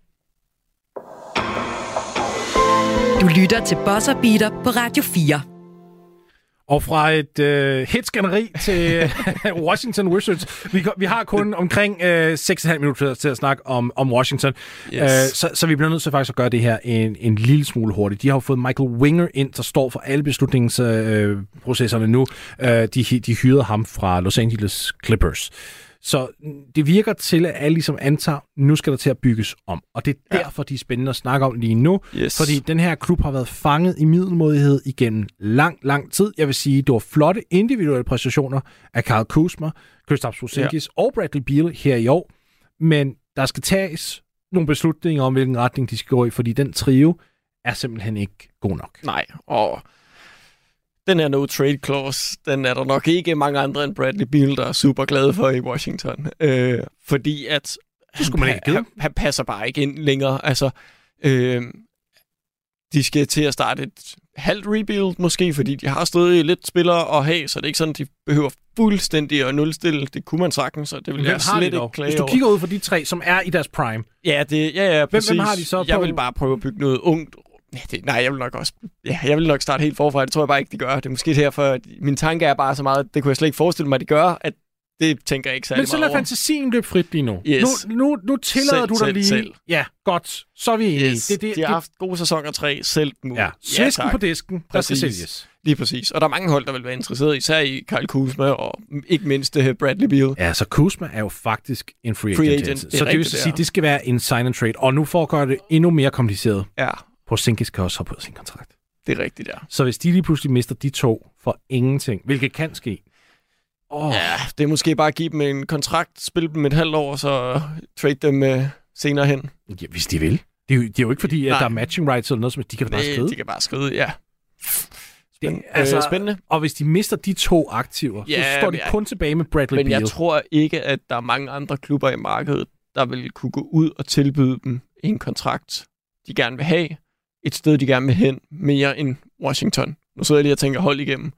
Du lytter til Buzzer Beater på Radio fire. Og fra et øh, hitskanneri til Washington Wizards. Vi, vi har kun omkring øh, seks komma fem minutter til at snakke om, om Washington. Yes. Øh, så, så vi bliver nødt til faktisk at gøre det her en, en lille smule hurtigt. De har jo fået Michael Winger ind, der står for alle beslutningsprocesserne øh, nu. Øh, de, de hyrede ham fra Los Angeles Clippers. Så det virker til, at alle ligesom antager, nu skal der til at bygges om. Og det er derfor, de er spændende at snakke om lige nu. Yes. Fordi den her klub har været fanget i middelmådighed igennem lang, lang tid. Jeg vil sige, det var flotte individuelle præstationer af Kyle Kuzma, Kristaps Porzingis ja. og Bradley Beal her i år. Men der skal tages nogle beslutninger om, hvilken retning de skal gå i, fordi den trio er simpelthen ikke god nok. Nej, og den her no-trade clause, den er der nok ikke mange andre end Bradley Beal, der er super glade for i Washington. Øh, fordi at han, man ikke han, han passer bare ikke ind længere. Altså, øh, de skal til at starte et halvt rebuild måske, fordi de har stadig lidt spillere at have, så det er ikke sådan, de behøver fuldstændig at nulstille. Det kunne man sagtens, så det vil jeg slet ikke klage Hvis du kigger ud for de tre, som er i deres prime. Ja, det, ja, ja, præcis. Hvem, hvem har de så jeg på? vil bare prøve at bygge noget ungt. Ja, det, nej, jeg vil nok også... Ja, jeg vil nok starte helt forfra. Det tror jeg bare ikke, de gør. Det er måske derfor, at min tanke er bare så meget, det kunne jeg slet ikke forestille mig, at de gør, at det tænker jeg ikke særlig meget over. Men så lad fantasien løbe frit lige nu. Yes. Nu, nu, nu tillader selv, du dig selv, lige... Selv. Ja, godt. Så er vi enige. Yes. Det, det, de har det, haft gode sæsoner tre selv nu. Ja, svisken ja, på disken, der skal sælges. Lige præcis. Og der er mange hold, der vil være interesseret, især i Kyle Kuzma og ikke mindst uh, Bradley Beal. Ja, så Kuzma er jo faktisk en free, free agent. agent. Det så det vil sige, at det skal være en sign and trade. Og nu for at gøre det endnu mere kompliceret. Ja. Porzingis kan også hoppe ud af sin kontrakt. Det er rigtigt, ja. Så hvis de lige pludselig mister de to for ingenting, hvilket kan ske. Oh. Ja, det er måske bare at give dem en kontrakt, spille dem et halvt år, og så trade dem uh, senere hen. Ja, hvis de vil. Det er jo, det er jo ikke fordi, at der er matching rights eller noget, som de kan bare skrive. De kan bare skrive, ja. Det, altså, øh, spændende. Og hvis de mister de to aktiver, ja, så står de ja, kun tilbage med Bradley men Beal. Men jeg tror ikke, at der er mange andre klubber i markedet, der vil kunne gå ud og tilbyde dem en kontrakt, de gerne vil have. Et sted, de gerne vil hen, mere end Washington. Nu sidder jeg lige og tænker hold igennem.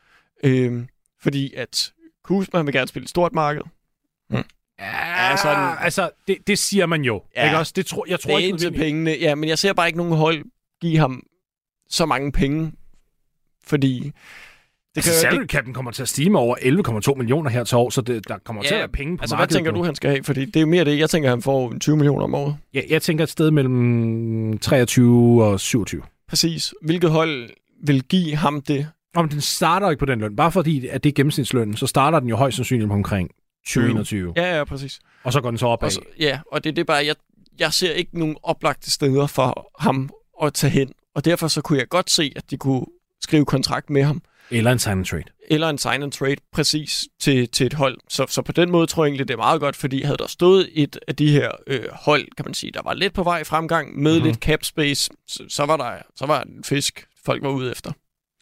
Øhm, fordi at Kuzma vil gerne spille et stort marked. Hmm. Ja, ja sådan, altså, det, det siger man jo. Ja, ikke også? Det tro, jeg tror det er ikke indtil pengene. Ja, men jeg ser bare ikke nogen hold give ham så mange penge, fordi... Det altså, kan, salary cap'en kommer til at stige med over elleve komma to millioner her til år, så det, der kommer ja, til at være penge på altså, markedet. Hvad tænker nu. du, han skal have? Fordi det er jo mere det. Jeg tænker, han får tyve millioner om året. Ja, jeg tænker et sted mellem treogtyve og syvogtyve. Præcis. Hvilket hold vil give ham det? Om den starter ikke på den løn. Bare fordi at det er gennemsnitslønnen, så starter den jo højst sandsynligt på omkring tyve enogtyve. Ja, ja, præcis. Og så går den så opad. Og så, ja, og det er det bare, jeg, jeg ser ikke nogen oplagte steder for ham at tage hen. Og derfor så kunne jeg godt se, at de kunne skrive kontrakt med ham. Eller en sign and trade. Eller en sign and trade, præcis, til, til et hold. Så, så på den måde tror jeg egentlig, det er meget godt, fordi havde der stået et af de her øh, hold, kan man sige, der var lidt på vej i fremgang, med mm-hmm. lidt cap space, så, så var der så var en fisk, folk var ude efter.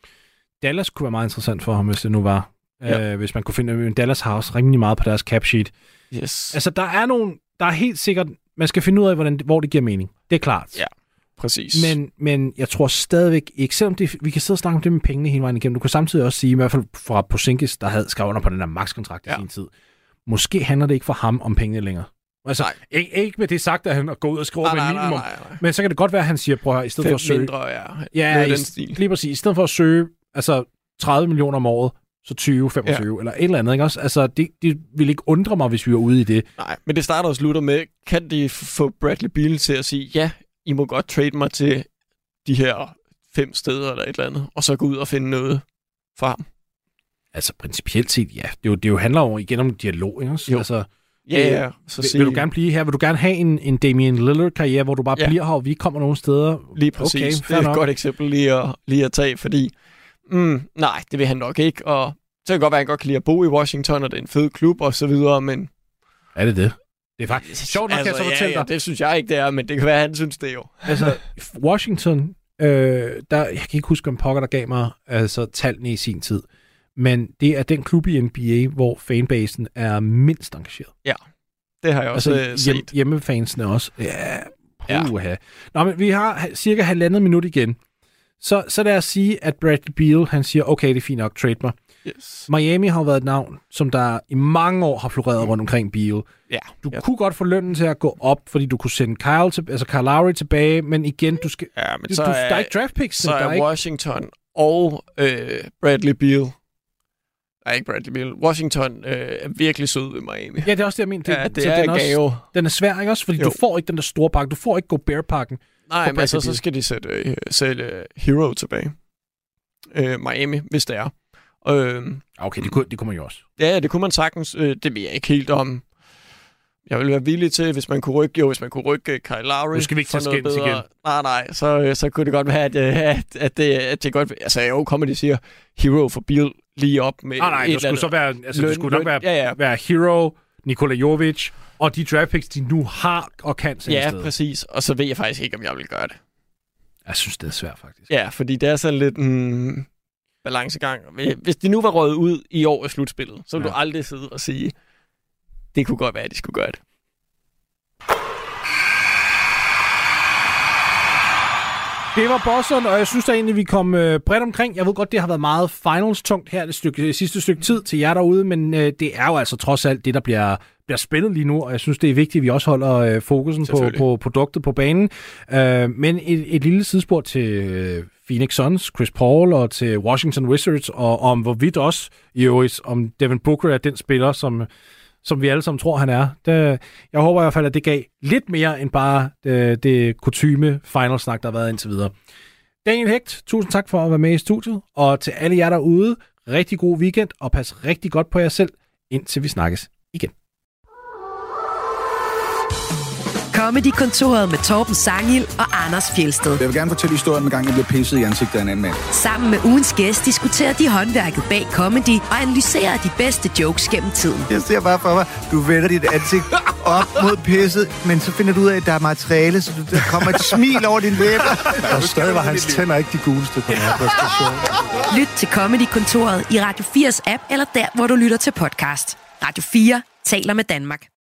Dallas kunne være meget interessant for ham, hvis det nu var. Ja. Øh, hvis man kunne finde... Dallas har også rimelig meget på deres cap sheet. Yes. Altså, der er nogen... Der er helt sikkert... Man skal finde ud af, hvordan, hvor det giver mening. Det er klart. Ja, præcis. Men, men jeg tror stadigvæk ikke... Selvom det, vi kan sidde og snakke om det med pengene hele vejen igennem. Du kan samtidig også sige, i hvert fald fra Porzingis, der havde skrevet under på den der max-kontrakt i ja. sin tid. Måske handler det ikke for ham om pengene længere. Altså, ikke, ikke med det sagt, at han går ud og skriver med minimum. Nej, nej, nej. Men så kan det godt være, at han siger, prøv at i stedet Fem for at søge... mindre, ja. Ja, i, den stil. Lige præcis. I stedet for at søge altså, tredive millioner om året, så tyve, femogtyve, ja. eller et eller andet, ikke også? Altså, det, det ville ikke undre mig, hvis vi var ude i det. Nej, men det starter og slutter med, kan de få Bradley Beal til at sige, ja, I må godt trade mig til de her fem steder eller et eller andet, og så gå ud og finde noget for ham? Altså, principielt set, ja. Det jo, det jo handler jo igen om dialog, ikke også? Jo. Altså, ja, ja. Så vil, sige... vil du gerne blive her? Vil du gerne have en, en Damian Lillard-karriere, hvor du bare ja. bliver her, og vi ikke kommer nogen steder? Lige præcis. Okay, det er et nok. godt eksempel lige at, lige at tage, fordi mm, nej, det vil han nok ikke, og så kan det godt være, at han godt kan lide at bo i Washington, og det er en fed klub og så videre, men... Er det det? Det er faktisk sjovt nok, altså, kan jeg så fortælle ja, ja, dig. det synes jeg ikke, det er, men det kan være, at han synes det jo. Altså, Washington, øh, der, jeg kan ikke huske, om pokker, der gav mig altså, tallene i sin tid, men det er den klub i N B A, hvor fanbasen er mindst engageret. Ja, det har jeg også altså, set. Hjem, hjemmefansene også. Ja, puha. Ja. Nå, men vi har cirka halvandet minut igen. Så, så lad os sige, at Bradley Beal, han siger, okay, det er fint nok, trade mig. Yes. Miami har været et navn, som der i mange år har floreret rundt omkring Beal. Ja. Du ja. kunne godt få lønnen til at gå op, fordi du kunne sende Kyle, til, altså Kyle Lowry tilbage, men igen, du skal, ja, men du, så du, er, der er ikke draft picks. Så der er, er ikke... Washington og øh, Bradley Beal, nej, ikke Bradley Beal, Washington øh, er virkelig sød ved Miami. Ja, det er også det, jeg mener. Det, ja, det så er den gave. Også, den er svær, ikke også? Fordi jo. Du får ikke den der store pakke. Du får ikke Gobert-pakken. Nej, men altså, så skal de sætte, øh, sætte uh, Hero tilbage. Øh, Miami, hvis det er. Øh, okay, det kunne, det kunne man jo også. Ja, det kunne man sagtens. Øh, det ved jeg ikke helt om. Jeg vil være villig til, hvis man kunne rykke, jo, hvis man kunne rykke Kyle Lowry. Nu skal vi ikke tage skændes igen. Nej, nej, så, så kunne det godt være, at, at, at, det, at det godt... Altså, jo, kommer de siger Hero for Beal lige op med... Nej, nej, det skulle så være... Altså, løn, det skulle nok være, ja, ja. være Hero, Nikola Jovic, og de draft picks, de nu har og kan sende Ja, sted. præcis. Og så ved jeg faktisk ikke, om jeg vil gøre det. Jeg synes, det er svært, faktisk. Ja, fordi det er sådan lidt... Mm, balancegang. Hvis de nu var røget ud i år af slutspillet, så ville ja. du aldrig sidde og sige, det kunne godt være, at de skulle gøre det. Det var Boston, og jeg synes da egentlig, vi kom øh, bredt omkring. Jeg ved godt, det har været meget finals-tungt her det, stykke, det sidste stykke tid til jer derude, men øh, det er jo altså trods alt det, der bliver, bliver spillet lige nu, og jeg synes, det er vigtigt, at vi også holder øh, fokusen på, på produktet på banen. Øh, men et, et lille sidespor til øh, Phoenix Suns, Chris Paul og til Washington Wizards, og om hvorvidt også i øvrigt, om Devin Booker er den spiller, som... som vi alle sammen tror, han er. Det, jeg håber i hvert fald, at det gav lidt mere end bare det, det kutyme finalsnak, der har været indtil videre. Daniel Hecht, tusind tak for at være med i studiet, og til alle jer derude, rigtig god weekend, og pas rigtig godt på jer selv, indtil vi snakkes igen. Comedy-kontoret med Torben Sangil og Anders Fjeldsted. Jeg vil gerne fortælle historien, en gang jeg blev pisset i ansigtet af en anden mand. Sammen med ugens gæst diskuterer de håndværket bag comedy og analyserer de bedste jokes gennem tiden. Jeg ser bare for mig, du vender dit ansigt op mod pisset, men så finder du ud af, at der er materiale, så der kommer et smil over din læber. Og stadig var hans tænder ikke de guleste på den her præstation. Lyt til Comedy-kontoret i Radio fires app, eller der, hvor du lytter til podcast. Radio fire taler med Danmark.